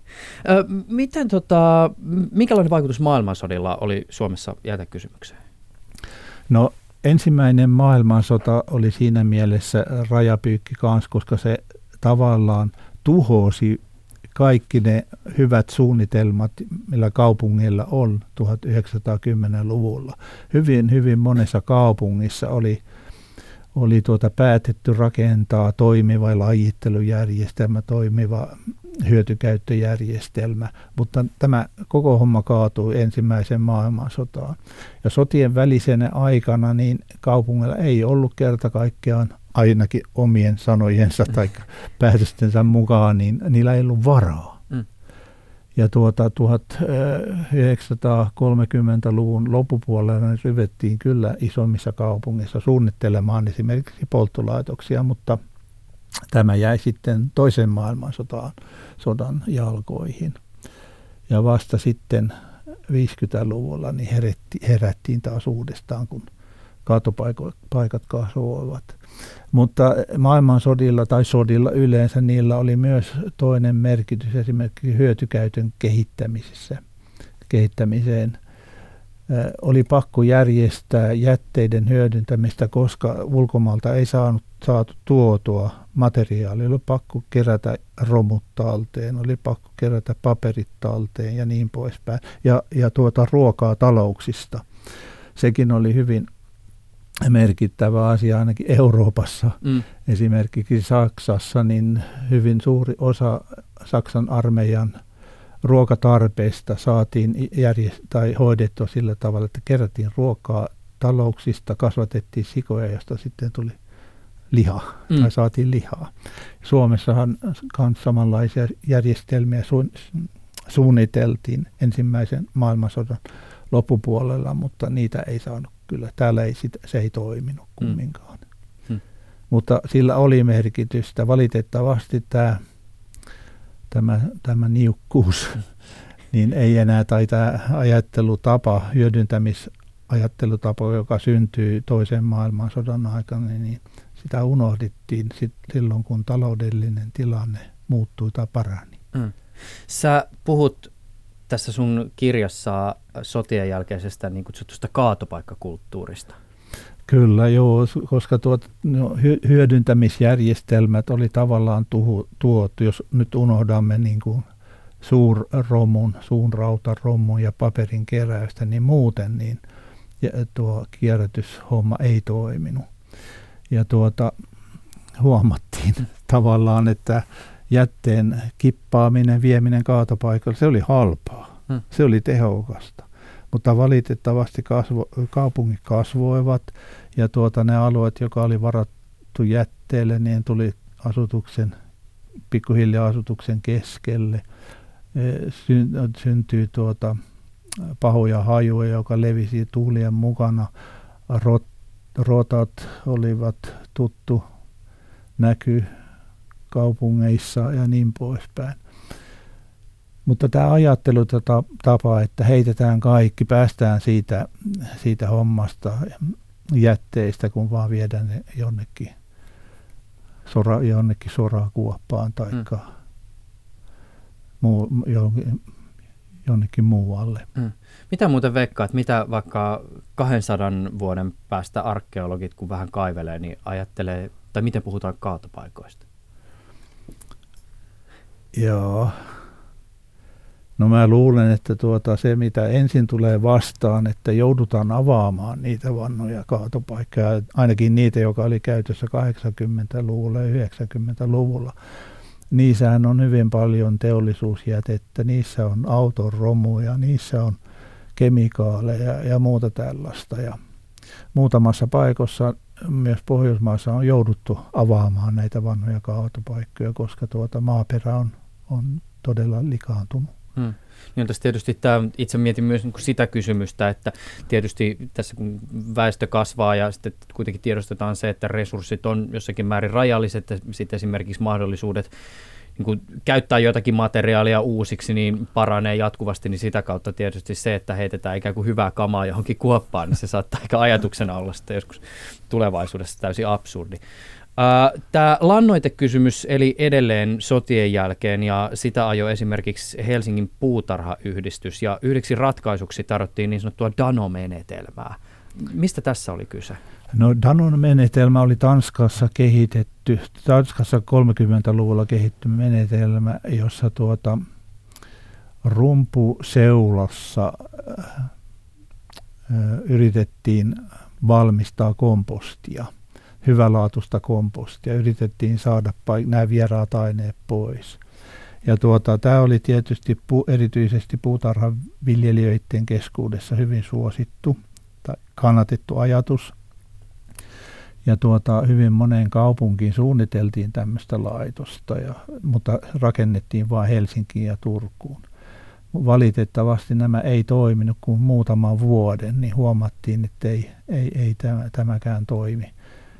Minkälainen vaikutus maailmansodilla oli Suomessa jätekysymykseen? No ensimmäinen maailmansota oli siinä mielessä rajapyykki kanssa, koska se tavallaan tuhosi kaikki ne hyvät suunnitelmat, millä kaupungilla on 1910-luvulla. Hyvin, hyvin monessa kaupungissa oli päätetty rakentaa toimiva lajittelujärjestelmä, toimiva hyötykäyttöjärjestelmä, mutta tämä koko homma kaatui ensimmäiseen maailmansotaan. Ja sotien välisenä aikana niin kaupungilla ei ollut kerta kaikkiaan, ainakin omien sanojensa tai päätöstensä mukaan, niin niillä ei ollut varaa. Ja 1930-luvun loppupuolella niin ryvettiin kyllä isommissa kaupungissa suunnittelemaan esimerkiksi polttolaitoksia, mutta tämä jäi sitten toisen maailmansodan jalkoihin. Ja vasta sitten 50-luvulla niin herättiin taas uudestaan, kun kaatopaikat kasvoivat. Mutta maailmansodilla tai sodilla yleensä niillä oli myös toinen merkitys esimerkiksi hyötykäytön kehittämiseen. Oli pakko järjestää jätteiden hyödyntämistä, koska ulkomailta ei saatu tuotua materiaalia. Oli pakko kerätä romut talteen, oli pakko kerätä paperit talteen ja niin poispäin. Ja ruokaa talouksista. Sekin oli hyvin merkittävä asia ainakin Euroopassa. Esimerkiksi Saksassa niin hyvin suuri osa Saksan armeijan ruokatarpeista saatiin hoidettua sillä tavalla, että kerättiin ruokaa talouksista, kasvatettiin sikoja, josta sitten tuli liha tai saatiin lihaa. Suomessahan myös samanlaisia järjestelmiä suunniteltiin ensimmäisen maailmansodan loppupuolella, mutta niitä ei saanut kyllä. Täällä se ei toiminut kumminkaan. Mutta sillä oli merkitystä. Valitettavasti tämä niukkuus, niin ei enää, tai tämä ajattelutapa, hyödyntämisajattelutapa, joka syntyi toisen maailmansodan aikana, niin sitä unohdettiin silloin, kun taloudellinen tilanne muuttui tai parani. Sä puhut tässä sun kirjassa sotien jälkeisestä niin kutsutusta kaatopaikkakulttuurista. Kyllä, joo, koska hyödyntämisjärjestelmät oli tavallaan tuotu, jos nyt unohdamme niin kuin suunrautaromun ja paperin keräystä, niin muuten niin tuo kierrätyshomma ei toiminut. Ja huomattiin tavallaan, että jätteen kippaaminen, vieminen kaatopaikalle, se oli halpaa, se oli tehokasta. Mutta valitettavasti kaupungit kasvoivat ja ne alueet, joka oli varattu jätteelle, niin tuli pikkuhiljaa asutuksen keskelle. Syntyi pahoja hajuja, joka levisi tuulien mukana. Rotat olivat tuttu näky kaupungeissa ja niin poispäin. Mutta tämä ajattelutapa, että heitetään kaikki, päästään siitä hommasta jätteistä, kun vaan viedään ne jonnekin sorakuoppaan tai jonnekin muualle. Mitä muuten veikkaat, mitä vaikka 200 vuoden päästä arkeologit, kun vähän kaivelee, niin ajattelee, tai miten puhutaan kaatopaikoista? Joo. No mä luulen, että se mitä ensin tulee vastaan, että joudutaan avaamaan niitä vanhoja kaatopaikkoja, ainakin niitä, joka oli käytössä 80-luvulla ja 90-luvulla. Niissähän on hyvin paljon teollisuusjätettä, niissä on auton romuja, niissä on kemikaaleja ja muuta tällaista. Ja muutamassa paikassa myös Pohjoismaassa on jouduttu avaamaan näitä vanhoja kaatopaikkoja, koska maaperä on todella likaantunut. Niin tässä tietysti itse mietin myös niin kuin sitä kysymystä, että tietysti tässä kun väestö kasvaa ja sitten kuitenkin tiedostetaan se, että resurssit on jossakin määrin rajalliset ja sitten esimerkiksi mahdollisuudet niin kuin käyttää jotakin materiaalia uusiksi, niin paranee jatkuvasti, niin sitä kautta tietysti se, että heitetään ikään kuin hyvää kamaa johonkin kuoppaan, niin se saattaa aika ajatuksena olla sitten joskus tulevaisuudessa täysin absurdi. Tämä lannoitekysymys eli edelleen sotien jälkeen ja sitä ajoi esimerkiksi Helsingin puutarhayhdistys ja yhdeksi ratkaisuksi tarjottiin niin sanottua Danone-menetelmää. Mistä tässä oli kyse? No Danone-menetelmä oli Tanskassa 30-luvulla kehitty menetelmä, jossa rumpuseulassa yritettiin valmistaa kompostia. Hyvälaatuista kompostia. Yritettiin saada nämä vieraat aineet pois. Ja tämä oli tietysti erityisesti puutarhaviljelijöiden keskuudessa hyvin suosittu tai kannatettu ajatus. Ja hyvin moneen kaupunkiin suunniteltiin tämmöistä laitosta, mutta rakennettiin vain Helsinkiin ja Turkuun. Valitettavasti nämä ei toiminut kuin muutaman vuoden, niin huomattiin, että ei tämäkään toimi.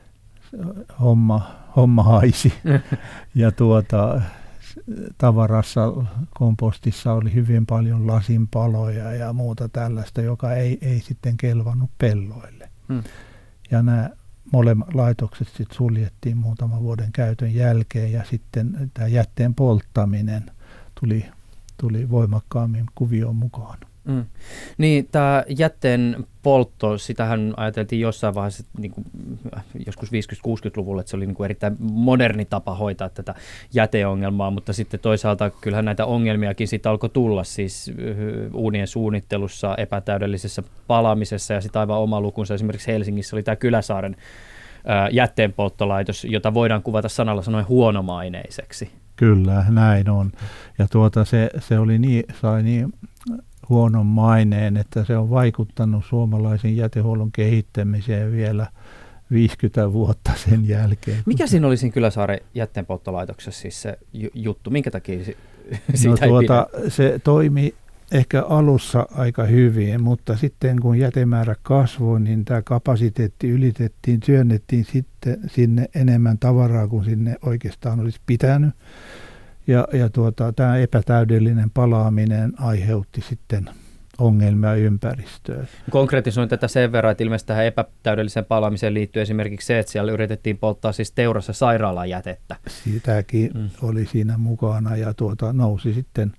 Homma haisi ja tavarassa kompostissa oli hyvin paljon lasinpaloja ja muuta tällaista, joka ei sitten kelvannut pelloille. Ja nämä molemmat laitokset sitten suljettiin muutaman vuoden käytön jälkeen ja sitten tämä jätteen polttaminen tuli voimakkaammin kuvioon mukaan. Niin, tämä jätteen poltto, sitähän ajateltiin jossain vaiheessa niin kuin joskus 50-60-luvulla, että se oli niin kuin erittäin moderni tapa hoitaa tätä jäteongelmaa, mutta sitten toisaalta kyllähän näitä ongelmiakin siitä alkoi tulla, siis uunien suunnittelussa, epätäydellisessä palamisessa ja sitten aivan oma lukunsa. Esimerkiksi Helsingissä oli tämä Kyläsaaren jätteenpolttolaitos, jota voidaan kuvata sanalla sanoen huonomaineiseksi. Kyllä, näin on. Ja se sai niin huonon maineen, että se on vaikuttanut suomalaisen jätehuollon kehittämiseen vielä 50 vuotta sen jälkeen. Mikä siinä oli siinä Kyläsaaren jätteenpolttolaitoksessa siis se juttu? Minkä takia siitä ei pidä? Se toimi ehkä alussa aika hyvin, mutta sitten kun jätemäärä kasvoi, niin tämä kapasiteetti ylitettiin, työnnettiin sitten sinne enemmän tavaraa kuin sinne oikeastaan olisi pitänyt. Ja tämä epätäydellinen palaaminen aiheutti sitten ongelmia ympäristöön. Konkretisoin tätä sen verran, että ilmeisesti tähän epätäydelliseen palaamiseen liittyy esimerkiksi se, että siellä yritettiin polttaa siis Teurassa sairaalan jätettä. Sitäkin oli siinä mukana ja nousi sitten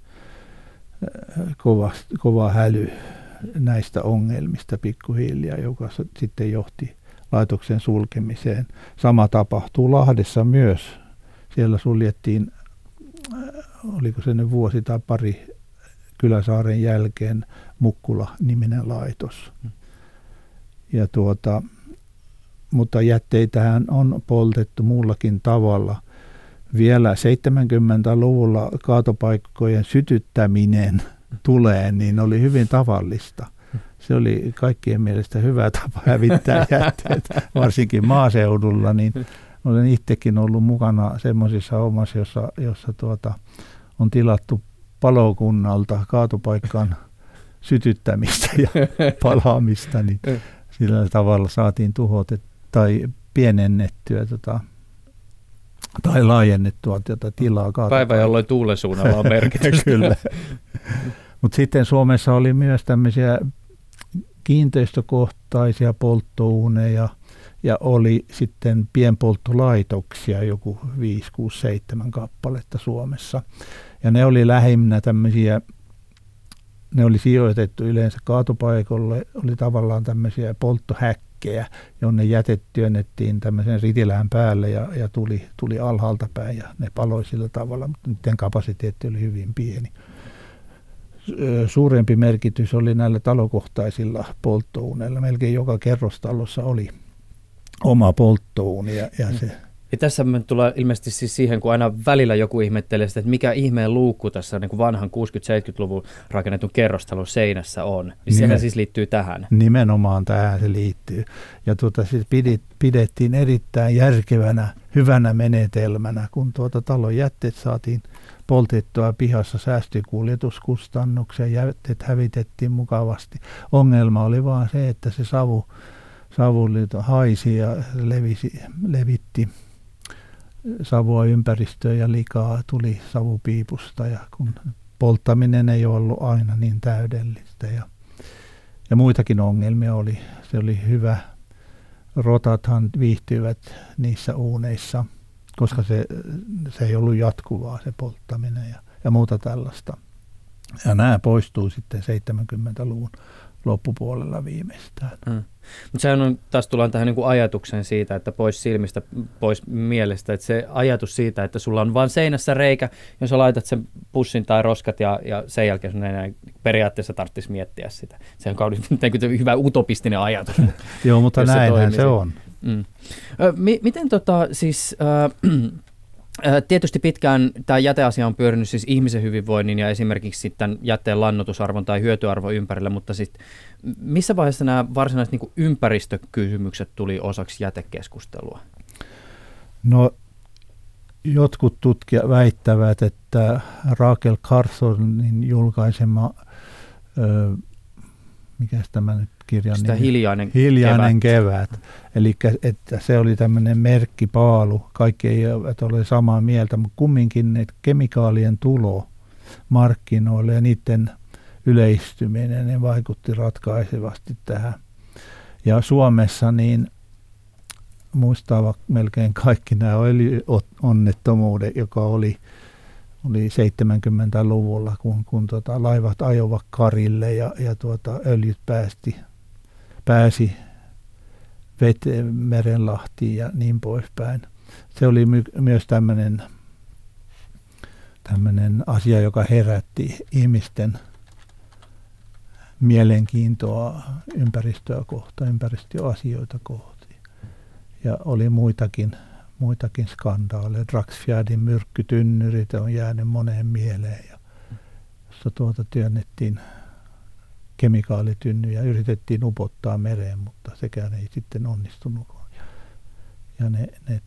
kova häly näistä ongelmista pikkuhiljaa, joka sitten johti laitoksen sulkemiseen. Sama tapahtuu Lahdessa myös. Siellä suljettiin, oliko se nyt vuosi tai pari Kyläsaaren jälkeen, Mukkula-niminen laitos. Ja mutta jätteitähän on poltettu muullakin tavalla. Vielä 70-luvulla kaatopaikkojen sytyttäminen tulee, niin oli hyvin tavallista. Se oli kaikkien mielestä hyvä tapa hävittää jätteet, varsinkin maaseudulla. Niin olen itsekin ollut mukana semmoisissa hommassa, jossa on tilattu palokunnalta kaatopaikkaan sytyttämistä ja palaamista, niin sillä tavalla saatiin tuhotettua tai pienennettyä tai laajennettua tätä tilaa. Päivä, jolloin tuulen suunnalla on merkitys. Kyllä. Mutta sitten Suomessa oli myös tämmöisiä kiinteistökohtaisia polttouuneja ja oli sitten pienpolttolaitoksia, joku 5, 6, 7 kappaletta Suomessa. Ja ne oli lähinnä tämmöisiä ne oli sijoitettu yleensä kaatopaikolle, oli tavallaan tämmöisiä polttohäkkejä, jonne jätet työnnettiin tämmöisen ritilään päälle ja tuli alhaalta päin ja ne paloi sillä tavalla, mutta niiden kapasiteetti oli hyvin pieni. Suurempi merkitys oli näillä talokohtaisilla polttouuneilla. Melkein joka kerrostalossa oli oma polttouuni ja se... Ja tässä me tulee ilmeisesti siis siihen, kun aina välillä joku ihmettelee sitä, että mikä ihmeen luukku tässä niin kuin vanhan 60-70-luvun rakennetun kerrostalon seinässä on. Niin sehän siis liittyy tähän. Nimenomaan tähän se liittyy. Ja siis pidettiin erittäin järkevänä, hyvänä menetelmänä, kun talon jätteet saatiin poltettua pihassa, säästyi kuljetuskustannuksia, jätteet hävitettiin mukavasti. Ongelma oli vaan se, että se savu haisi ja levitti savua ympäristöön ja likaa tuli savupiipusta, ja kun polttaminen ei ollut aina niin täydellistä ja muitakin ongelmia oli. Se oli hyvä. Rotathan viihtyivät niissä uuneissa, koska se ei ollut jatkuvaa se polttaminen ja muuta tällaista. Ja nämä poistuu sitten 70-luvun loppupuolella viimeistään. Mutta sehän on, taas tullaan tähän niin kuin ajatukseen siitä, että pois silmistä, pois mielestä, että se ajatus siitä, että sulla on vaan seinässä reikä, jos sä laitat sen pussin tai roskat ja sen jälkeen sun ei periaatteessa tarvitsisi miettiä sitä. Se on hyvä utopistinen ajatus. Joo, mutta näinhän se on. Miten siis... Tietysti pitkään tämä jäteasia on pyörinyt siis ihmisen hyvinvoinnin ja esimerkiksi sitten jätteen lannoitusarvon tai hyötyarvon ympärillä, mutta siis missä vaiheessa nämä varsinaiset niin kuin ympäristökysymykset tuli osaksi jätekeskustelua? No jotkut tutkijat väittävät, että Rachel Carsonin julkaisema, mikäs tämä nyt kirjan nimi? Hiljainen kevät. Eli että se oli tämmöinen merkkipaalu. Kaikki eivät ole samaa mieltä, mutta kumminkin ne kemikaalien tulo markkinoille ja niiden yleistyminen, ne vaikutti ratkaisevasti tähän. Ja Suomessa niin muistavat melkein kaikki nämä öljyonnettomuudet, joka oli 70-luvulla, kun laivat ajoivat karille ja öljyt pääsi veteen, merenlahtiin ja niin poispäin. Se oli myös tämmöinen asia, joka herätti ihmisten mielenkiintoa ympäristöä kohtaan, ympäristöasioita kohtaan. Ja oli muitakin skandaaleja. Dragsfjärdin myrkkytynnyrit on jäänyt moneen mieleen, jossa työnnettiin kemikaalitynnyjä ja yritettiin upottaa mereen, mutta sekään ei sitten onnistunut. Ja ne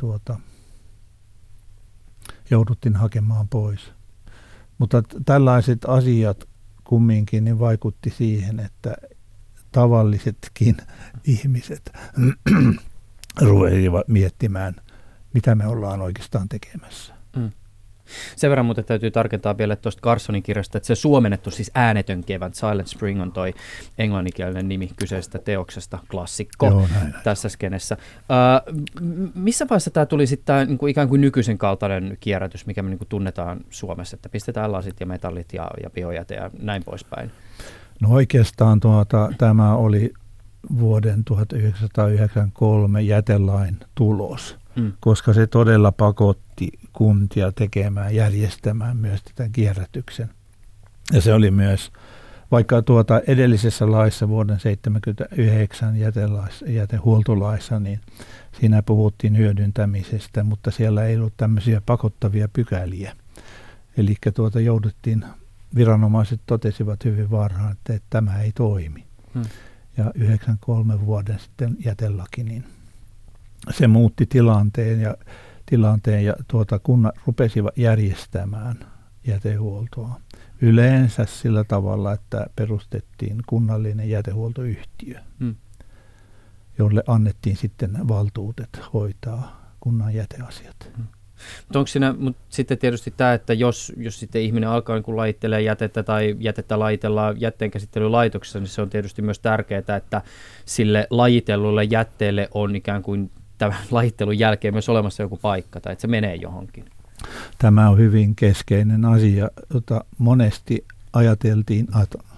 jouduttiin hakemaan pois. Mutta tällaiset asiat kumminkin niin vaikutti siihen, että tavallisetkin ihmiset ruvelivat miettimään, mitä me ollaan oikeastaan tekemässä. Sen verran muuten täytyy tarkentaa vielä tuosta Carsonin kirjasta, että se suomennettu siis äänetön kevät, Silent Spring on toi englanninkielinen nimi kyseisestä teoksesta, klassikko. Joo, tässä skenessä. Missä vaiheessa tämä tuli sitten niin ikään kuin nykyisen kaltainen kierrätys, mikä me niin kuin tunnetaan Suomessa, että pistetään lasit ja metallit ja biojäte ja näin poispäin? No oikeastaan tämä oli vuoden 1993 jätelain tulos, koska se todella pakotti kuntia järjestämään myös tätä kierrätyksen. Ja se oli myös, vaikka edellisessä laissa vuoden 1979 jätehuoltolaissa, niin siinä puhuttiin hyödyntämisestä, mutta siellä ei ollut tämmöisiä pakottavia pykäliä. Eli jouduttiin, viranomaiset totesivat hyvin varhain, että tämä ei toimi. Ja 1993 vuoden sitten jätelaki, niin se muutti tilanteen ja kunnat rupesivat järjestämään jätehuoltoa. Yleensä sillä tavalla, että perustettiin kunnallinen jätehuoltoyhtiö, jolle annettiin sitten valtuutet hoitaa kunnan jäteasiat. Mutta onko siinä sitten tietysti tämä, että jos sitten ihminen alkaa niin lajittelemaan jätettä tai jätettä lajitellaan jätteenkäsittelylaitoksessa, niin se on tietysti myös tärkeää, että sille lajitellulle jätteelle on ikään kuin tämän lajittelun jälkeen myös olemassa joku paikka tai että se menee johonkin. Tämä on hyvin keskeinen asia, jota monesti ajateltiin,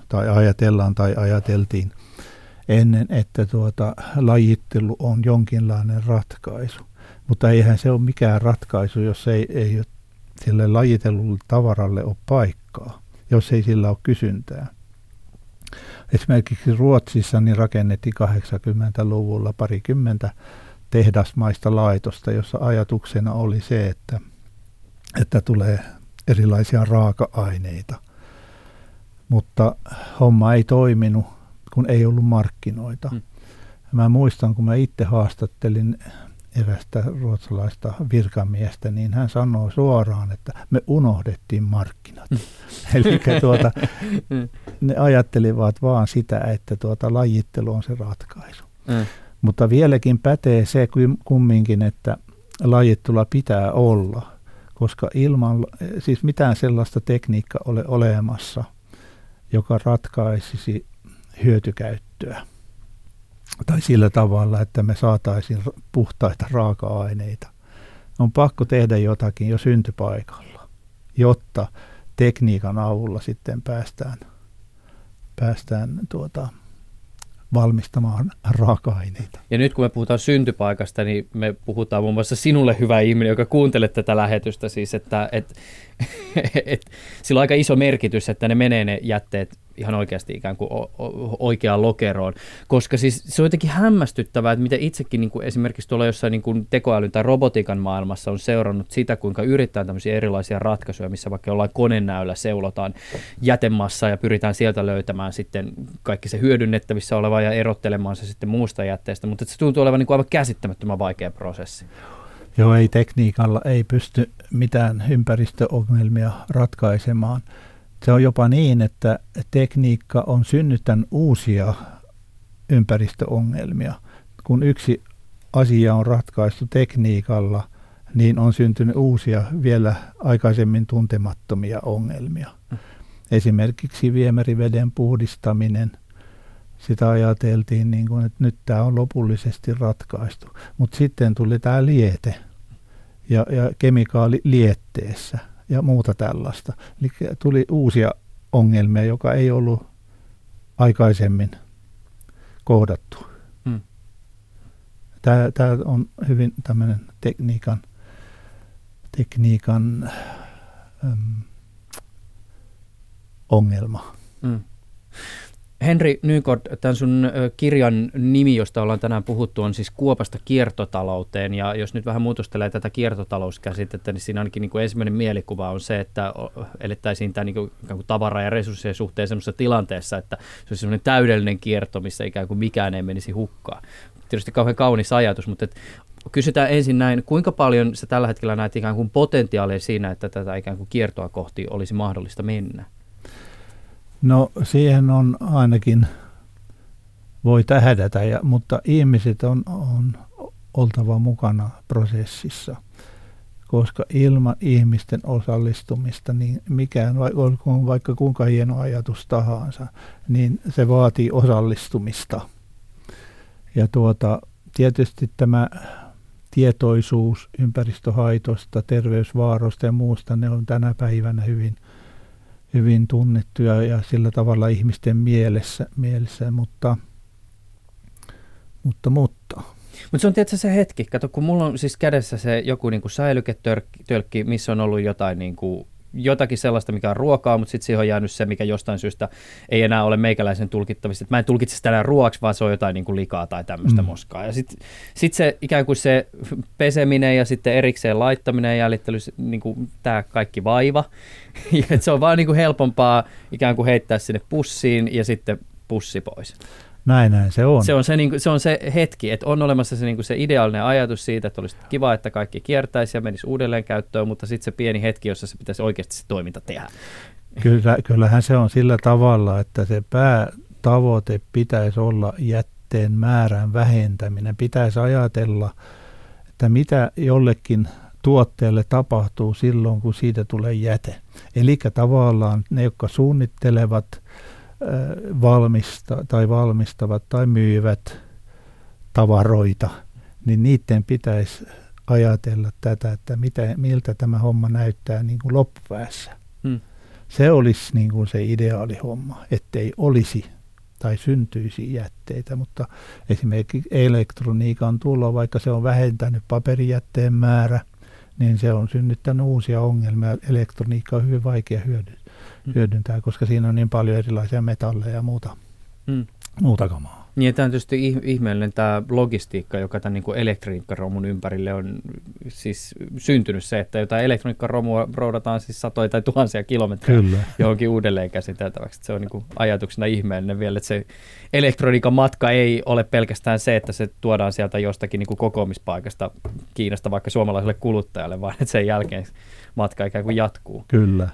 tai ajatellaan tai ajateltiin ennen, että lajittelu on jonkinlainen ratkaisu. Mutta eihän se ole mikään ratkaisu, jos ei ole sille lajitellulle tavaralle ole paikkaa, jos ei sillä ole kysyntää. Esimerkiksi Ruotsissa niin rakennettiin 80-luvulla parikymmentä tehdasmaista laitosta, jossa ajatuksena oli se, että tulee erilaisia raaka-aineita. Mutta homma ei toiminut, kun ei ollut markkinoita. Mä muistan, kun mä itse haastattelin erästä ruotsalaista virkamiestä, niin hän sanoi suoraan, että me unohdettiin markkinat. Eli ne ajattelivat vaan sitä, että lajittelu on se ratkaisu. Mutta vieläkin pätee se kumminkin, että lajittelua pitää olla, koska siis mitään sellaista tekniikkaa ole olemassa, joka ratkaisisi hyötykäyttöä. Tai sillä tavalla, että me saataisiin puhtaita raaka-aineita. On pakko tehdä jotakin jo syntypaikalla, jotta tekniikan avulla sitten päästään valmistamaan raaka-aineita. Ja nyt kun me puhutaan syntypaikasta, niin me puhutaan muun muassa sinulle, hyvä ihminen, joka kuuntelet tätä lähetystä, siis että sillä on aika iso merkitys, että ne menee ne jätteet ihan oikeasti ikään kuin oikeaan lokeroon, koska siis se on jotenkin hämmästyttävää, että miten itsekin niin kuin esimerkiksi tuolla jossain niin kuin tekoälyn tai robotiikan maailmassa on seurannut sitä, kuinka yritetään tämmöisiä erilaisia ratkaisuja, missä vaikka jollain konenäöllä seulotaan jätemassaa ja pyritään sieltä löytämään sitten kaikki se hyödynnettävissä oleva ja erottelemaan se sitten muusta jätteestä, mutta se tuntuu olevan niin kuin aivan käsittämättömän vaikea prosessi. Joo, ei tekniikalla ei pysty mitään ympäristöongelmia ratkaisemaan. Se on jopa niin, että tekniikka on synnyttänyt uusia ympäristöongelmia. Kun yksi asia on ratkaistu tekniikalla, niin on syntynyt uusia, vielä aikaisemmin tuntemattomia ongelmia. Esimerkiksi viemäriveden puhdistaminen. Sitä ajateltiin, niin kuin, että nyt tämä on lopullisesti ratkaistu. Mutta sitten tuli tämä liete ja kemikaali lietteessä ja muuta tällaista. Eli tuli uusia ongelmia, joka ei ollut aikaisemmin kohdattu. Tämä on hyvin tämmöinen tekniikan ongelma. Henri Nykod, tämän sun kirjan nimi, josta ollaan tänään puhuttu, on siis Kuopasta kiertotalouteen, ja jos nyt vähän muutostelee tätä kiertotalouskäsitettä, niin siinä ainakin niin kuin ensimmäinen mielikuva on se, että elettäisiin tämä niin kuin tavara- ja resurssien suhteen sellaisessa tilanteessa, että se olisi sellainen täydellinen kierto, missä ikään kuin mikään ei menisi hukkaan. Tietysti kauhean kaunis ajatus, mutta kysytään ensin näin, kuinka paljon sä tällä hetkellä näet ikään kuin potentiaalia siinä, että tätä ikään kuin kiertoa kohti olisi mahdollista mennä? No siihen on ainakin, voi tähdätä, mutta ihmiset on oltava mukana prosessissa, koska ilman ihmisten osallistumista, niin mikään, olkoon vaikka kuinka hieno ajatus tahansa, niin se vaatii osallistumista. Ja tietysti tämä tietoisuus ympäristöhaitosta, terveysvaaroista ja muusta, ne on tänä päivänä hyvin tunnettuja ja sillä tavalla ihmisten mielessä, mutta. Mutta se on tietysti se hetki. Kato, kun mulla on siis kädessä se joku niin kuin säilyketölkki, missä on ollut jotain niin kuin, jotakin sellaista, mikä on ruokaa, mutta sitten siihen on jäänyt se, mikä jostain syystä ei enää ole meikäläisen tulkittavissa. Mä en tulkitse sitä enää ruoaksi, vaan se on jotain niin kuin likaa tai tämmöistä moskaa. Ja sitten se ikään kuin se peseminen ja sitten erikseen laittaminen ja jäljittely, niin kuin tämä kaikki vaiva. Ja se on vaan niin kuin helpompaa ikään kuin heittää sinne pussiin ja sitten pussi pois. Näin se on. Se on se hetki, että on olemassa se, niin kuin se ideaalinen ajatus siitä, että olisi kiva, että kaikki kiertäisi ja menisi uudelleen käyttöön, mutta sitten se pieni hetki, jossa se pitäisi oikeasti se toiminta tehdä. Kyllähän se on sillä tavalla, että se päätavoite pitäisi olla jätteen määrän vähentäminen. Pitäisi ajatella, että mitä jollekin tuotteelle tapahtuu silloin, kun siitä tulee jäte. Eli tavallaan ne, jotka suunnittelevat, valmistavat tai myyvät tavaroita, niin niiden pitäisi ajatella tätä, että miltä tämä homma näyttää niin kuin loppupäässä. Se olisi niin kuin se ideaalihomma, ettei olisi tai syntyisi jätteitä, mutta esimerkiksi elektroniikan tulo, vaikka se on vähentänyt paperijätteen määrä, niin se on synnyttänyt uusia ongelmia. Elektroniikka on hyvin vaikea hyödyntää, koska siinä on niin paljon erilaisia metalleja ja muuta kamaa. Niin, tämä on tietysti ihmeellinen tämä logistiikka, joka tämän niin kuin elektroniikkaromun ympärille on siis syntynyt se, että jotain elektroniikkaromua roudataan siis satoja tai tuhansia kilometrejä johonkin uudelleen käsiteltäväksi. Se on niin kuin ajatuksena ihmeellinen vielä, että se elektroniikan matka ei ole pelkästään se, että se tuodaan sieltä jostakin niin kuin kokoamispaikasta Kiinasta vaikka suomalaiselle kuluttajalle, vaan että sen jälkeen matka ikään kuin jatkuu. Kyllä.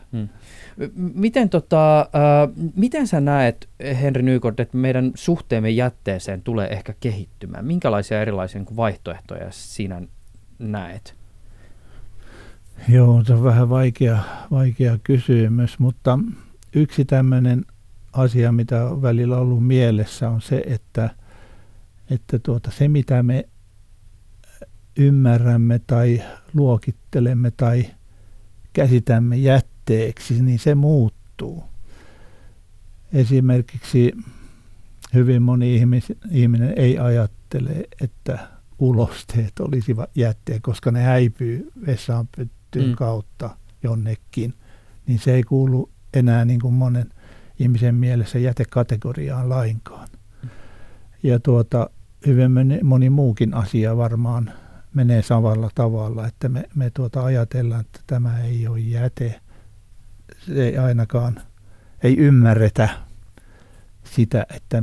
Miten sä näet, Henri Nygård, että meidän suhteemme jätteeseen tulee ehkä kehittymään? Minkälaisia erilaisia niin kuin vaihtoehtoja sinä näet? Joo, se on vähän vaikea kysymys, mutta yksi tämmöinen asia, mitä on välillä ollut mielessä, on se, että se mitä me ymmärrämme tai luokittelemme tai käsitämme jätteeksi, niin se muuttuu. Esimerkiksi hyvin moni ihminen ei ajattele, että ulosteet olisivat jätteet, koska ne häipyy vessaanpyttyn kautta jonnekin, niin se ei kuulu enää niin kuin monen ihmisen mielessä jätekategoriaan lainkaan. Ja hyvin moni muukin asia varmaan menee samalla tavalla, että me ajatellaan, että tämä ei ole jäte. Se ei ainakaan, ei ymmärretä sitä, että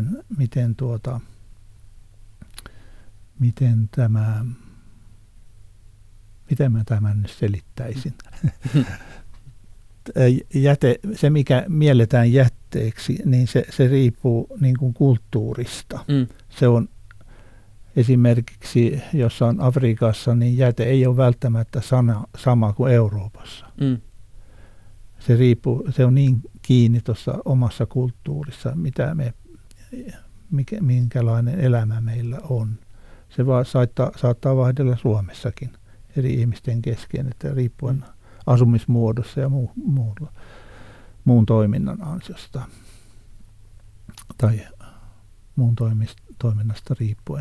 miten mä tämän nyt selittäisin. Se, mikä mielletään jätteeksi, niin se riippuu niin kuin kulttuurista. Se on esimerkiksi jossain Afrikassa, niin jäte ei ole välttämättä sama kuin Euroopassa. Se on niin kiinni tuossa omassa kulttuurissa, minkälainen elämä meillä on. Se saattaa vaihdella Suomessakin eri ihmisten kesken, että riippuen asumismuodossa ja muun toiminnan ansiosta tai muun toiminnasta riippuen.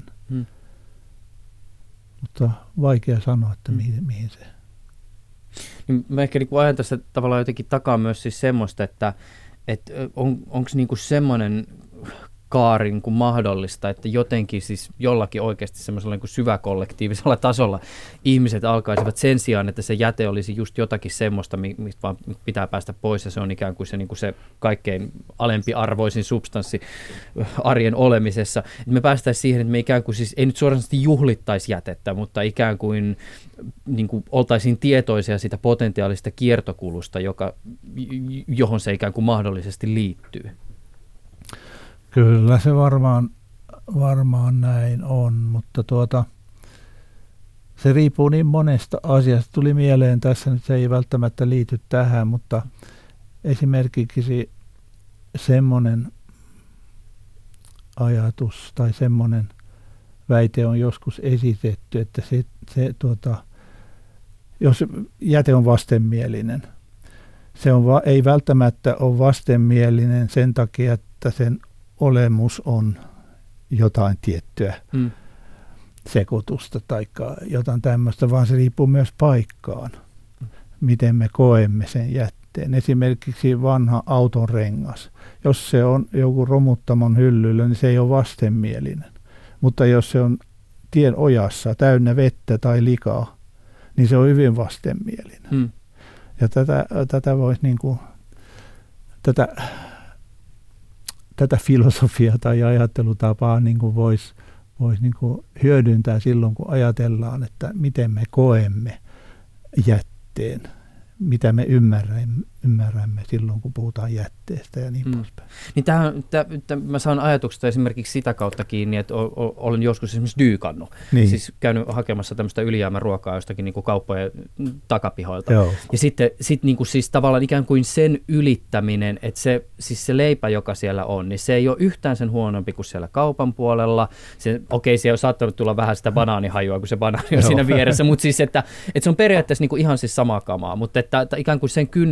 Mutta vaikea sanoa, että mihin se. Niin mä ehkä niin ajan tässä tavallaan jotenkin takaa myös siis semmoista, että onko niinku semmoinen kaari niin kuin mahdollista, että jotenkin siis jollakin oikeasti semmoisella niin kuin syväkollektiivisella tasolla ihmiset alkaisivat sen sijaan, että se jäte olisi just jotakin semmoista, mistä vaan pitää päästä pois ja se on ikään kuin se kaikkein alempiarvoisin substanssi arjen olemisessa. Että me päästäisiin siihen, että me ikään kuin siis ei nyt suoranaisesti juhlittaisi jätettä, mutta ikään kuin, niin kuin oltaisiin tietoisia siitä potentiaalista kiertokulusta, johon se ikään kuin mahdollisesti liittyy. Kyllä se varmaan näin on, mutta se riippuu niin monesta asiasta. Tuli mieleen tässä, nyt se ei välttämättä liity tähän, mutta esimerkiksi semmoinen ajatus tai semmoinen väite on joskus esitetty, että jos jäte on vastenmielinen, ei välttämättä ole vastenmielinen sen takia, että sen olemus on jotain tiettyä sekoitusta tai jotain tämmöistä, vaan se riippuu myös paikkaan, miten me koemme sen jätteen. Esimerkiksi vanha auton rengas. Jos se on joku romuttamon hyllyllä, niin se ei ole vastenmielinen. Mutta jos se on tien ojassa täynnä vettä tai likaa, niin se on hyvin vastenmielinen. Ja tätä voisi tätä filosofiaa tai ajattelutapaa niin kuin voisi niin kuin hyödyntää silloin, kun ajatellaan, että miten me koemme jätteen, mitä me ymmärrämme silloin, kun puhutaan jätteestä ja niin poispäin. Niin mä saan ajatuksesta esimerkiksi sitä kautta kiinni, että olen joskus esimerkiksi dyykannut. Niin. Siis käynyt hakemassa tämmöistä ylijäämäruokaa jostakin niin kuin kauppojen takapihoilta. Joo. Ja sitten niin kuin siis tavallaan ikään kuin sen ylittäminen, että se leipä, joka siellä on, niin se ei ole yhtään sen huonompi kuin siellä kaupan puolella. Okei, siellä on saattanut tulla vähän sitä banaanihajua, kun se banaani on siinä vieressä, mutta siis, että se on periaatteessa niin kuin ihan siis samaa kamaa, mutta että ikään kuin sen kynnyksen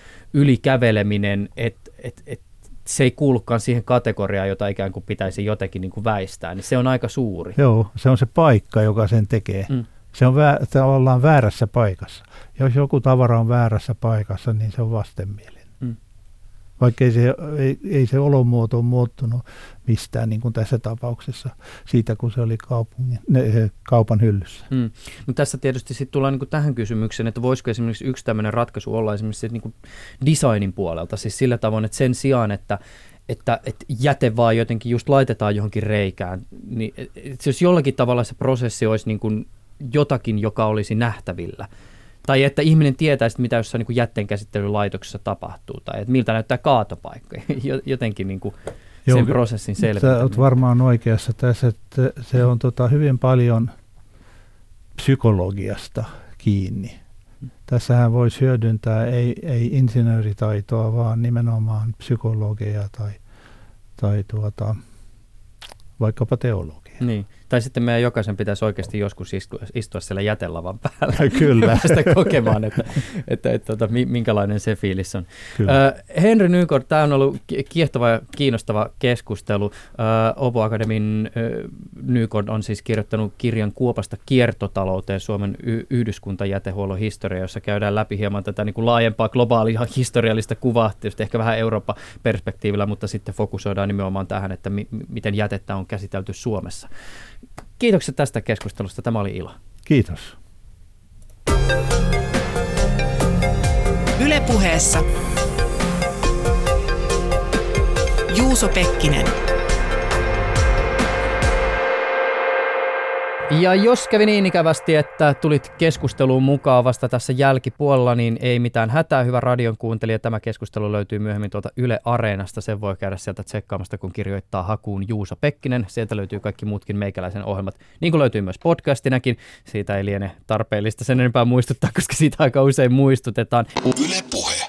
ylikäveleminen, että se ei kuulukaan siihen kategoriaan, jota ikään kuin pitäisi jotenkin niin kuin väistää, niin se on aika suuri. Joo, se on se paikka, joka sen tekee. Se on tavallaan väärässä paikassa. Jos joku tavara on väärässä paikassa, niin se on vastenmielinen. Vaikka ei se olomuoto ole muuttunut mistään, niin kuin tässä tapauksessa, siitä kun se oli kaupan hyllyssä. Mutta tässä tietysti sitten tullaan niin kuin tähän kysymykseen, että voisiko esimerkiksi yksi tämmöinen ratkaisu olla esimerkiksi niin kuin designin puolelta, siis sillä tavoin, että sen sijaan, että jäte vaan jotenkin just laitetaan johonkin reikään, niin jos jollakin tavalla se prosessi olisi niin kuin jotakin, joka olisi nähtävillä, tai että ihminen tietäisi, mitä jossain niin jätteenkäsittelylaitoksessa tapahtuu, tai että miltä näyttää kaatopaikka, jotenkin niin kuin sen prosessin selvittäminen. Sä oot varmaan oikeassa tässä, että se on hyvin paljon psykologiasta kiinni. Tässähän voisi hyödyntää ei insinööritaitoa, vaan nimenomaan psykologiaa tai vaikkapa teologiaa. Niin. Tai sitten meidän jokaisen pitäisi oikeasti joskus istua siellä jätelavan päällä. Kyllä. Päästä kokemaan, että minkälainen se fiilis on. Henry Nykort, tämä on ollut kiehtova ja kiinnostava keskustelu. Åbo Akademin Nykort on siis kirjoittanut kirjan Kuopasta kiertotalouteen Suomen yhdyskuntajätehuollon historia, jossa käydään läpi hieman tätä niin kuin laajempaa globaalia historiallista kuvaa, tietysti ehkä vähän Eurooppa-perspektiivillä, mutta sitten fokusoidaan nimenomaan tähän, että miten jätettä on käsitelty Suomessa. Kiitokset tästä keskustelusta. Tämä oli ilo. Kiitos. Yle Puheessa Juuso Pekkinen. Ja jos kävi niin ikävästi, että tulit keskusteluun mukaan vasta tässä jälkipuolella, niin ei mitään hätää, hyvä radion kuuntelija. Tämä keskustelu löytyy myöhemmin tuolta Yle Areenasta. Sen voi käydä sieltä tsekkaamasta, kun kirjoittaa hakuun Juuso Pekkinen. Sieltä löytyy kaikki muutkin meikäläisen ohjelmat, niin kuin löytyy myös podcastinakin. Siitä ei liene tarpeellista sen enempää muistuttaa, koska siitä aika usein muistutetaan. Yle Puhe.